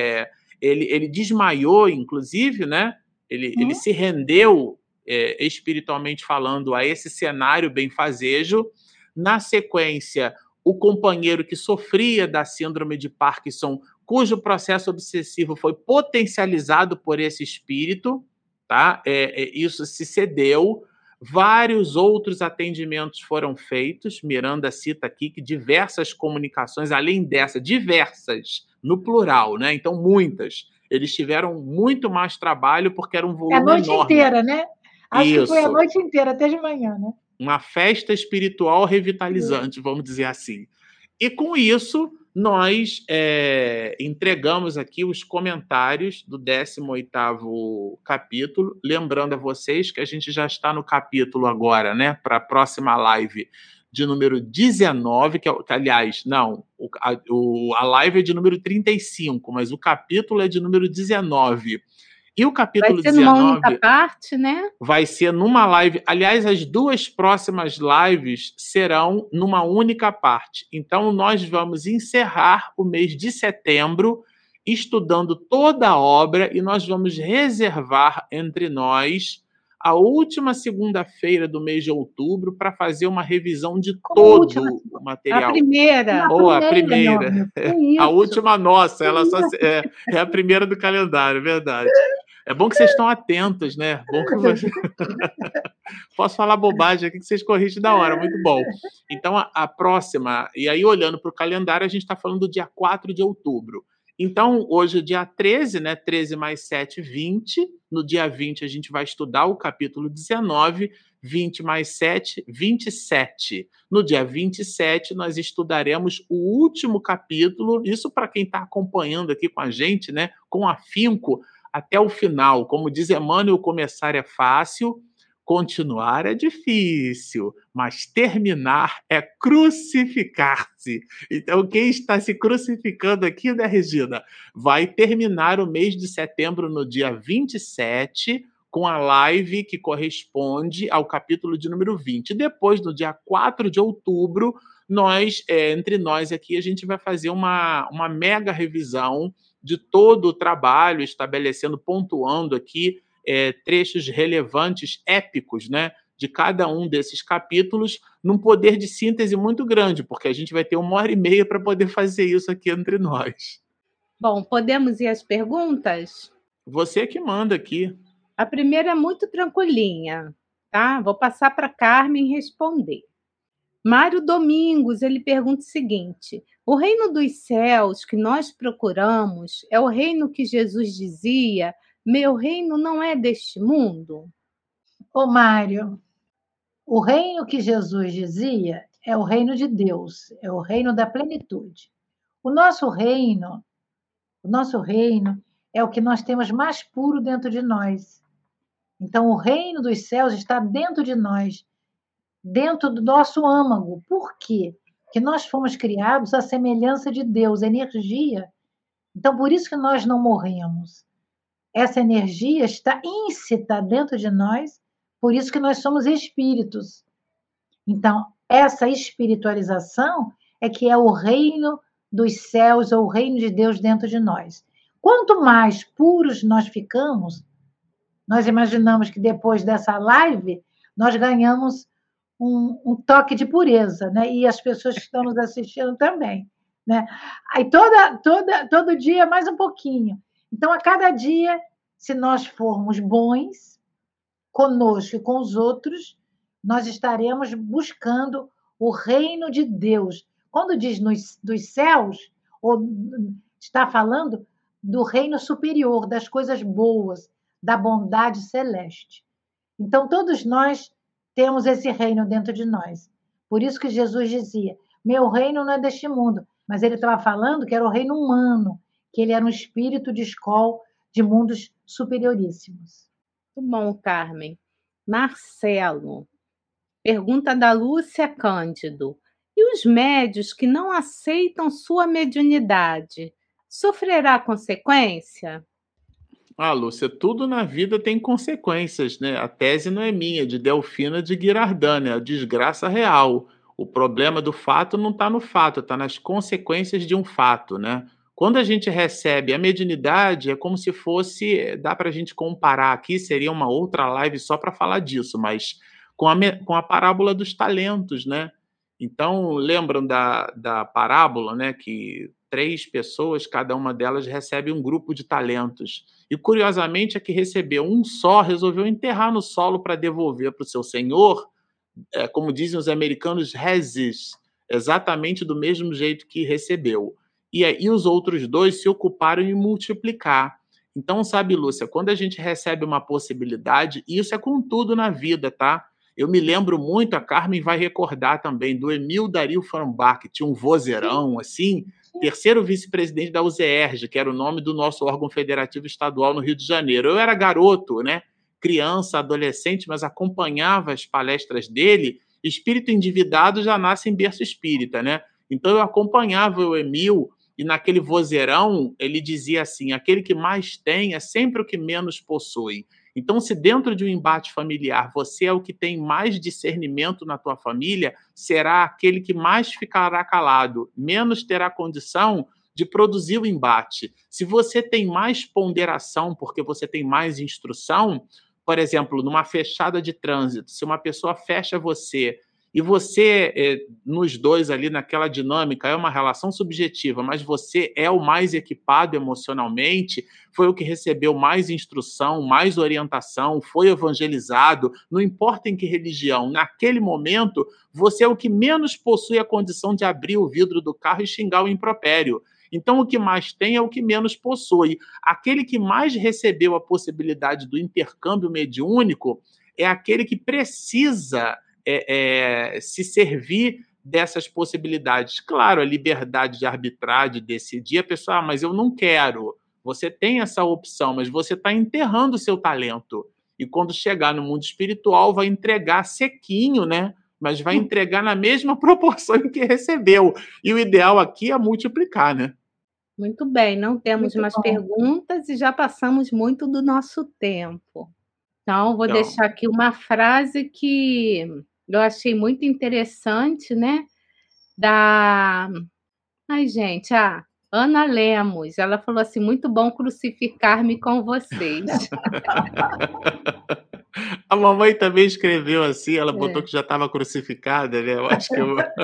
ele desmaiou, inclusive, né? Ele se rendeu, espiritualmente falando, a esse cenário benfazejo. Na sequência, o companheiro que sofria da síndrome de Parkinson, cujo processo obsessivo foi potencializado por esse espírito, tá? Isso se cedeu. Vários outros atendimentos foram feitos. Miranda cita aqui que diversas comunicações, além dessa, diversas, no plural, né? Então, muitas. Eles tiveram muito mais trabalho porque era um volume enorme. A noite inteira, né? Acho que foi a noite inteira, até de manhã, né? Uma festa espiritual revitalizante, vamos dizer assim. E com isso, nós entregamos aqui os comentários do 18º capítulo, lembrando a vocês que a gente já está no capítulo agora, né, para a próxima live de número 19, que aliás, não, a live é de número 35, mas o capítulo é de número 19. E o capítulo 19... Vai ser numa única parte, né? Vai ser numa live... Aliás, as 2 próximas lives serão numa única parte. Então, nós vamos encerrar o mês de setembro estudando toda a obra e nós vamos reservar entre nós a última segunda-feira do mês de outubro para fazer uma revisão de Como última, todo o A material. primeira. Ou a primeira, meu primeira. amigo. Que A isso? última nossa, ela só é a primeira do calendário, verdade. É bom que vocês estão atentos, né? Bom que você... Posso falar bobagem aqui que vocês corrigem da hora, muito bom. Então, a próxima, e aí olhando para o calendário, a gente está falando do dia 4 de outubro. Então, hoje é dia 13, né? 13 mais 7, 20. No dia 20, a gente vai estudar o capítulo 19. 20 mais 7, 27. No dia 27, nós estudaremos o último capítulo, isso para quem está acompanhando aqui com a gente, né? Com afinco até o final. Como diz Emmanuel, começar é fácil, continuar é difícil, mas terminar é crucificar-se. Então, quem está se crucificando aqui, né, Regina, vai terminar o mês de setembro no dia 27, com a live que corresponde ao capítulo de número 20. Depois, no dia 4 de outubro, entre nós aqui, a gente vai fazer uma mega revisão de todo o trabalho, estabelecendo, pontuando aqui trechos relevantes, épicos, né, de cada um desses capítulos, num poder de síntese muito grande, porque a gente vai ter 1h30 para poder fazer isso aqui entre nós. Bom, podemos ir às perguntas? Você que manda aqui. A primeira é muito tranquilinha, tá? Vou passar para Carmen responder. Mário Domingos, ele pergunta o seguinte: o reino dos céus que nós procuramos é o reino que Jesus dizia: meu reino não é deste mundo? Ô, Mário, o reino que Jesus dizia é o reino de Deus, é o reino da plenitude. O nosso reino é o que nós temos mais puro dentro de nós. Então, o reino dos céus está dentro de nós, dentro do nosso âmago. Por quê? Porque nós fomos criados à semelhança de Deus, energia. Então, por isso que nós não morremos. Essa energia está íncita dentro de nós, por isso que nós somos espíritos. Então, essa espiritualização é que é o reino dos céus, ou o reino de Deus dentro de nós. Quanto mais puros nós ficamos, nós imaginamos que depois dessa live, nós ganhamos um toque de pureza, né? E as pessoas que estão nos assistindo também, né? Aí todo dia mais um pouquinho. Então, a cada dia, se nós formos bons conosco e com os outros, nós estaremos buscando o reino de Deus. Quando diz dos céus, ou está falando do reino superior, das coisas boas, da bondade celeste. Então, todos nós temos esse reino dentro de nós. Por isso que Jesus dizia: meu reino não é deste mundo. Mas ele estava falando que era o reino humano, que ele era um espírito de escola de mundos superioríssimos. Muito bom, Carmen. Marcelo, pergunta da Lúcia Cândido: e os médios que não aceitam sua mediunidade, sofrerá consequência? Lúcia, tudo na vida tem consequências, né? A tese não é minha, de Delfina de Girardin, é a desgraça real. O problema do fato não está no fato, está nas consequências de um fato, né? Quando a gente recebe a mediunidade, é como se fosse, dá para a gente comparar aqui, seria uma outra live só para falar disso, mas com a parábola dos talentos, né? Então, lembram da parábola, né? Que 3 pessoas, cada uma delas recebe um grupo de talentos. E, curiosamente, a que recebeu um só resolveu enterrar no solo para devolver para o seu senhor, como dizem os americanos, reses, exatamente do mesmo jeito que recebeu. E aí os outros 2 se ocuparam em multiplicar. Então, sabe, Lúcia, quando a gente recebe uma possibilidade, e isso é com tudo na vida, tá? Eu me lembro muito, a Carmen vai recordar também, do Emil Dario Fambach, que tinha um vozeirão, assim, terceiro vice-presidente da UZERJ, que era o nome do nosso órgão federativo estadual no Rio de Janeiro. Eu era garoto, né? Criança, adolescente, mas acompanhava as palestras dele. Espírito endividado já nasce em berço espírita, né? Então eu acompanhava o Emil, e naquele vozeirão ele dizia assim: aquele que mais tem é sempre o que menos possui. Então, se dentro de um embate familiar você é o que tem mais discernimento na tua família, será aquele que mais ficará calado, menos terá condição de produzir o embate. Se você tem mais ponderação, porque você tem mais instrução, por exemplo, numa fechada de trânsito, se uma pessoa fecha você e você, nos dois ali naquela dinâmica, é uma relação subjetiva, mas você é o mais equipado emocionalmente, foi o que recebeu mais instrução, mais orientação, foi evangelizado, não importa em que religião, naquele momento, você é o que menos possui a condição de abrir o vidro do carro e xingar o impropério. Então, o que mais tem é o que menos possui. Aquele que mais recebeu a possibilidade do intercâmbio mediúnico é aquele que precisa se servir dessas possibilidades. Claro, a liberdade de arbitrar, de decidir, a pessoa, mas eu não quero. Você tem essa opção, mas você está enterrando o seu talento. E quando chegar no mundo espiritual, vai entregar sequinho, né? Mas vai entregar na mesma proporção em que recebeu. E o ideal aqui é multiplicar, né? Muito bem, não temos Muito mais bom. perguntas e já passamos muito do nosso tempo. Então, vou Então, deixar aqui uma frase que eu achei muito interessante, né? Da. Ai, gente, Ana Lemos. Ela falou assim: muito bom crucificar-me com vocês. a mamãe também escreveu assim, ela botou É. que já estava crucificada, né? Eu acho que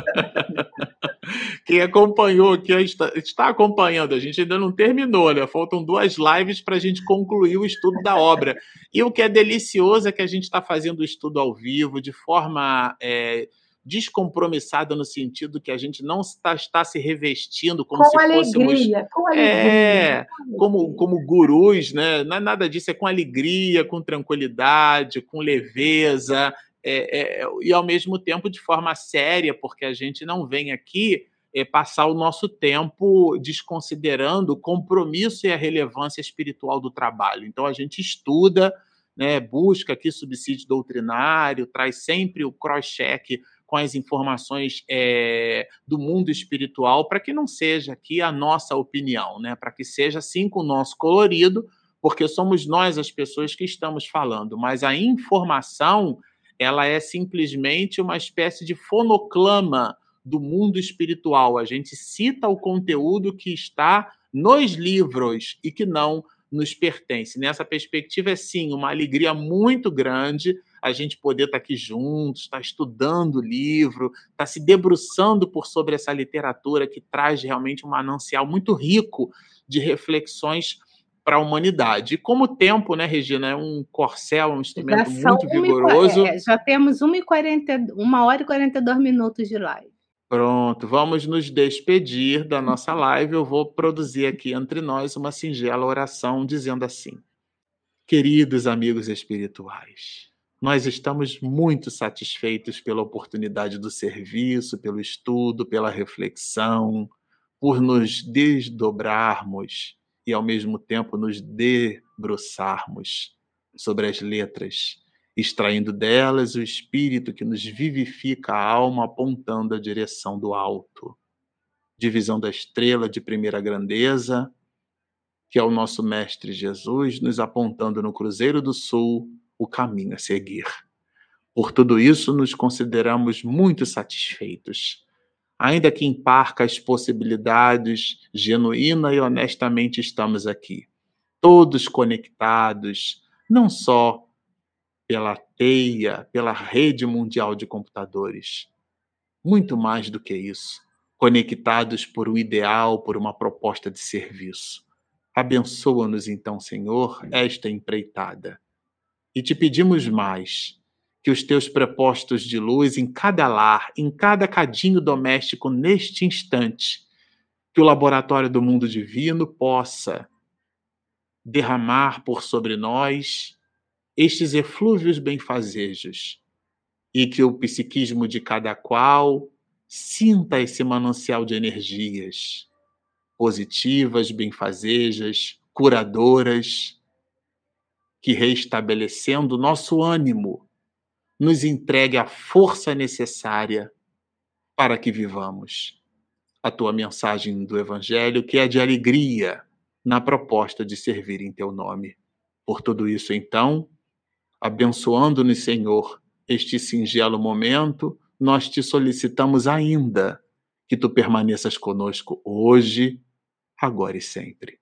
quem acompanhou aqui está acompanhando, a gente ainda não terminou, né? Faltam 2 lives para a gente concluir o estudo da obra. E o que é delicioso é que a gente está fazendo o estudo ao vivo, de forma descompromissada, no sentido que a gente não está se revestindo como se fôssemos Com alegria. como gurus, né? Não é nada disso, é com alegria, com tranquilidade, com leveza, e ao mesmo tempo de forma séria, porque a gente não vem aqui passar o nosso tempo desconsiderando o compromisso e a relevância espiritual do trabalho. Então a gente estuda, né, busca aqui subsídio doutrinário, traz sempre o cross-check com as informações do mundo espiritual, para que não seja aqui a nossa opinião, né? Para que seja sim com o nosso colorido, porque somos nós as pessoas que estamos falando, mas a informação ela é simplesmente uma espécie de fonoclama do mundo espiritual. A gente cita o conteúdo que está nos livros e que não nos pertence. Nessa perspectiva, é sim uma alegria muito grande a gente poder estar aqui juntos, estar estudando o livro, estar se debruçando por sobre essa literatura que traz realmente um manancial muito rico de reflexões para a humanidade. E como o tempo, né, Regina, é um corcel, um Já instrumento são muito vigoroso. já temos 1 hora e 42 minutos de live. Pronto, vamos nos despedir da nossa live. Eu vou produzir aqui entre nós uma singela oração dizendo assim: queridos amigos espirituais, nós estamos muito satisfeitos pela oportunidade do serviço, pelo estudo, pela reflexão, por nos desdobrarmos e, ao mesmo tempo, nos debruçarmos sobre as letras, extraindo delas o espírito que nos vivifica a alma, apontando a direção do alto. Divisão da estrela de primeira grandeza, que é o nosso Mestre Jesus, nos apontando no Cruzeiro do Sul o caminho a seguir. Por tudo isso, nos consideramos muito satisfeitos. Ainda que em parcas possibilidades, genuína e honestamente estamos aqui, todos conectados, não só pela teia, pela rede mundial de computadores, muito mais do que isso, conectados por um ideal, por uma proposta de serviço. Abençoa-nos então, Senhor, esta empreitada. E te pedimos mais, que os teus prepostos de luz em cada lar, em cada cadinho doméstico neste instante, que o laboratório do mundo divino possa derramar por sobre nós estes eflúvios benfazejos, e que o psiquismo de cada qual sinta esse manancial de energias positivas, benfazejas, curadoras, que, reestabelecendo nosso ânimo, nos entregue a força necessária para que vivamos a tua mensagem do Evangelho, que é de alegria na proposta de servir em teu nome. Por tudo isso, então, abençoando-nos, Senhor, este singelo momento, nós te solicitamos ainda que tu permaneças conosco hoje, agora e sempre.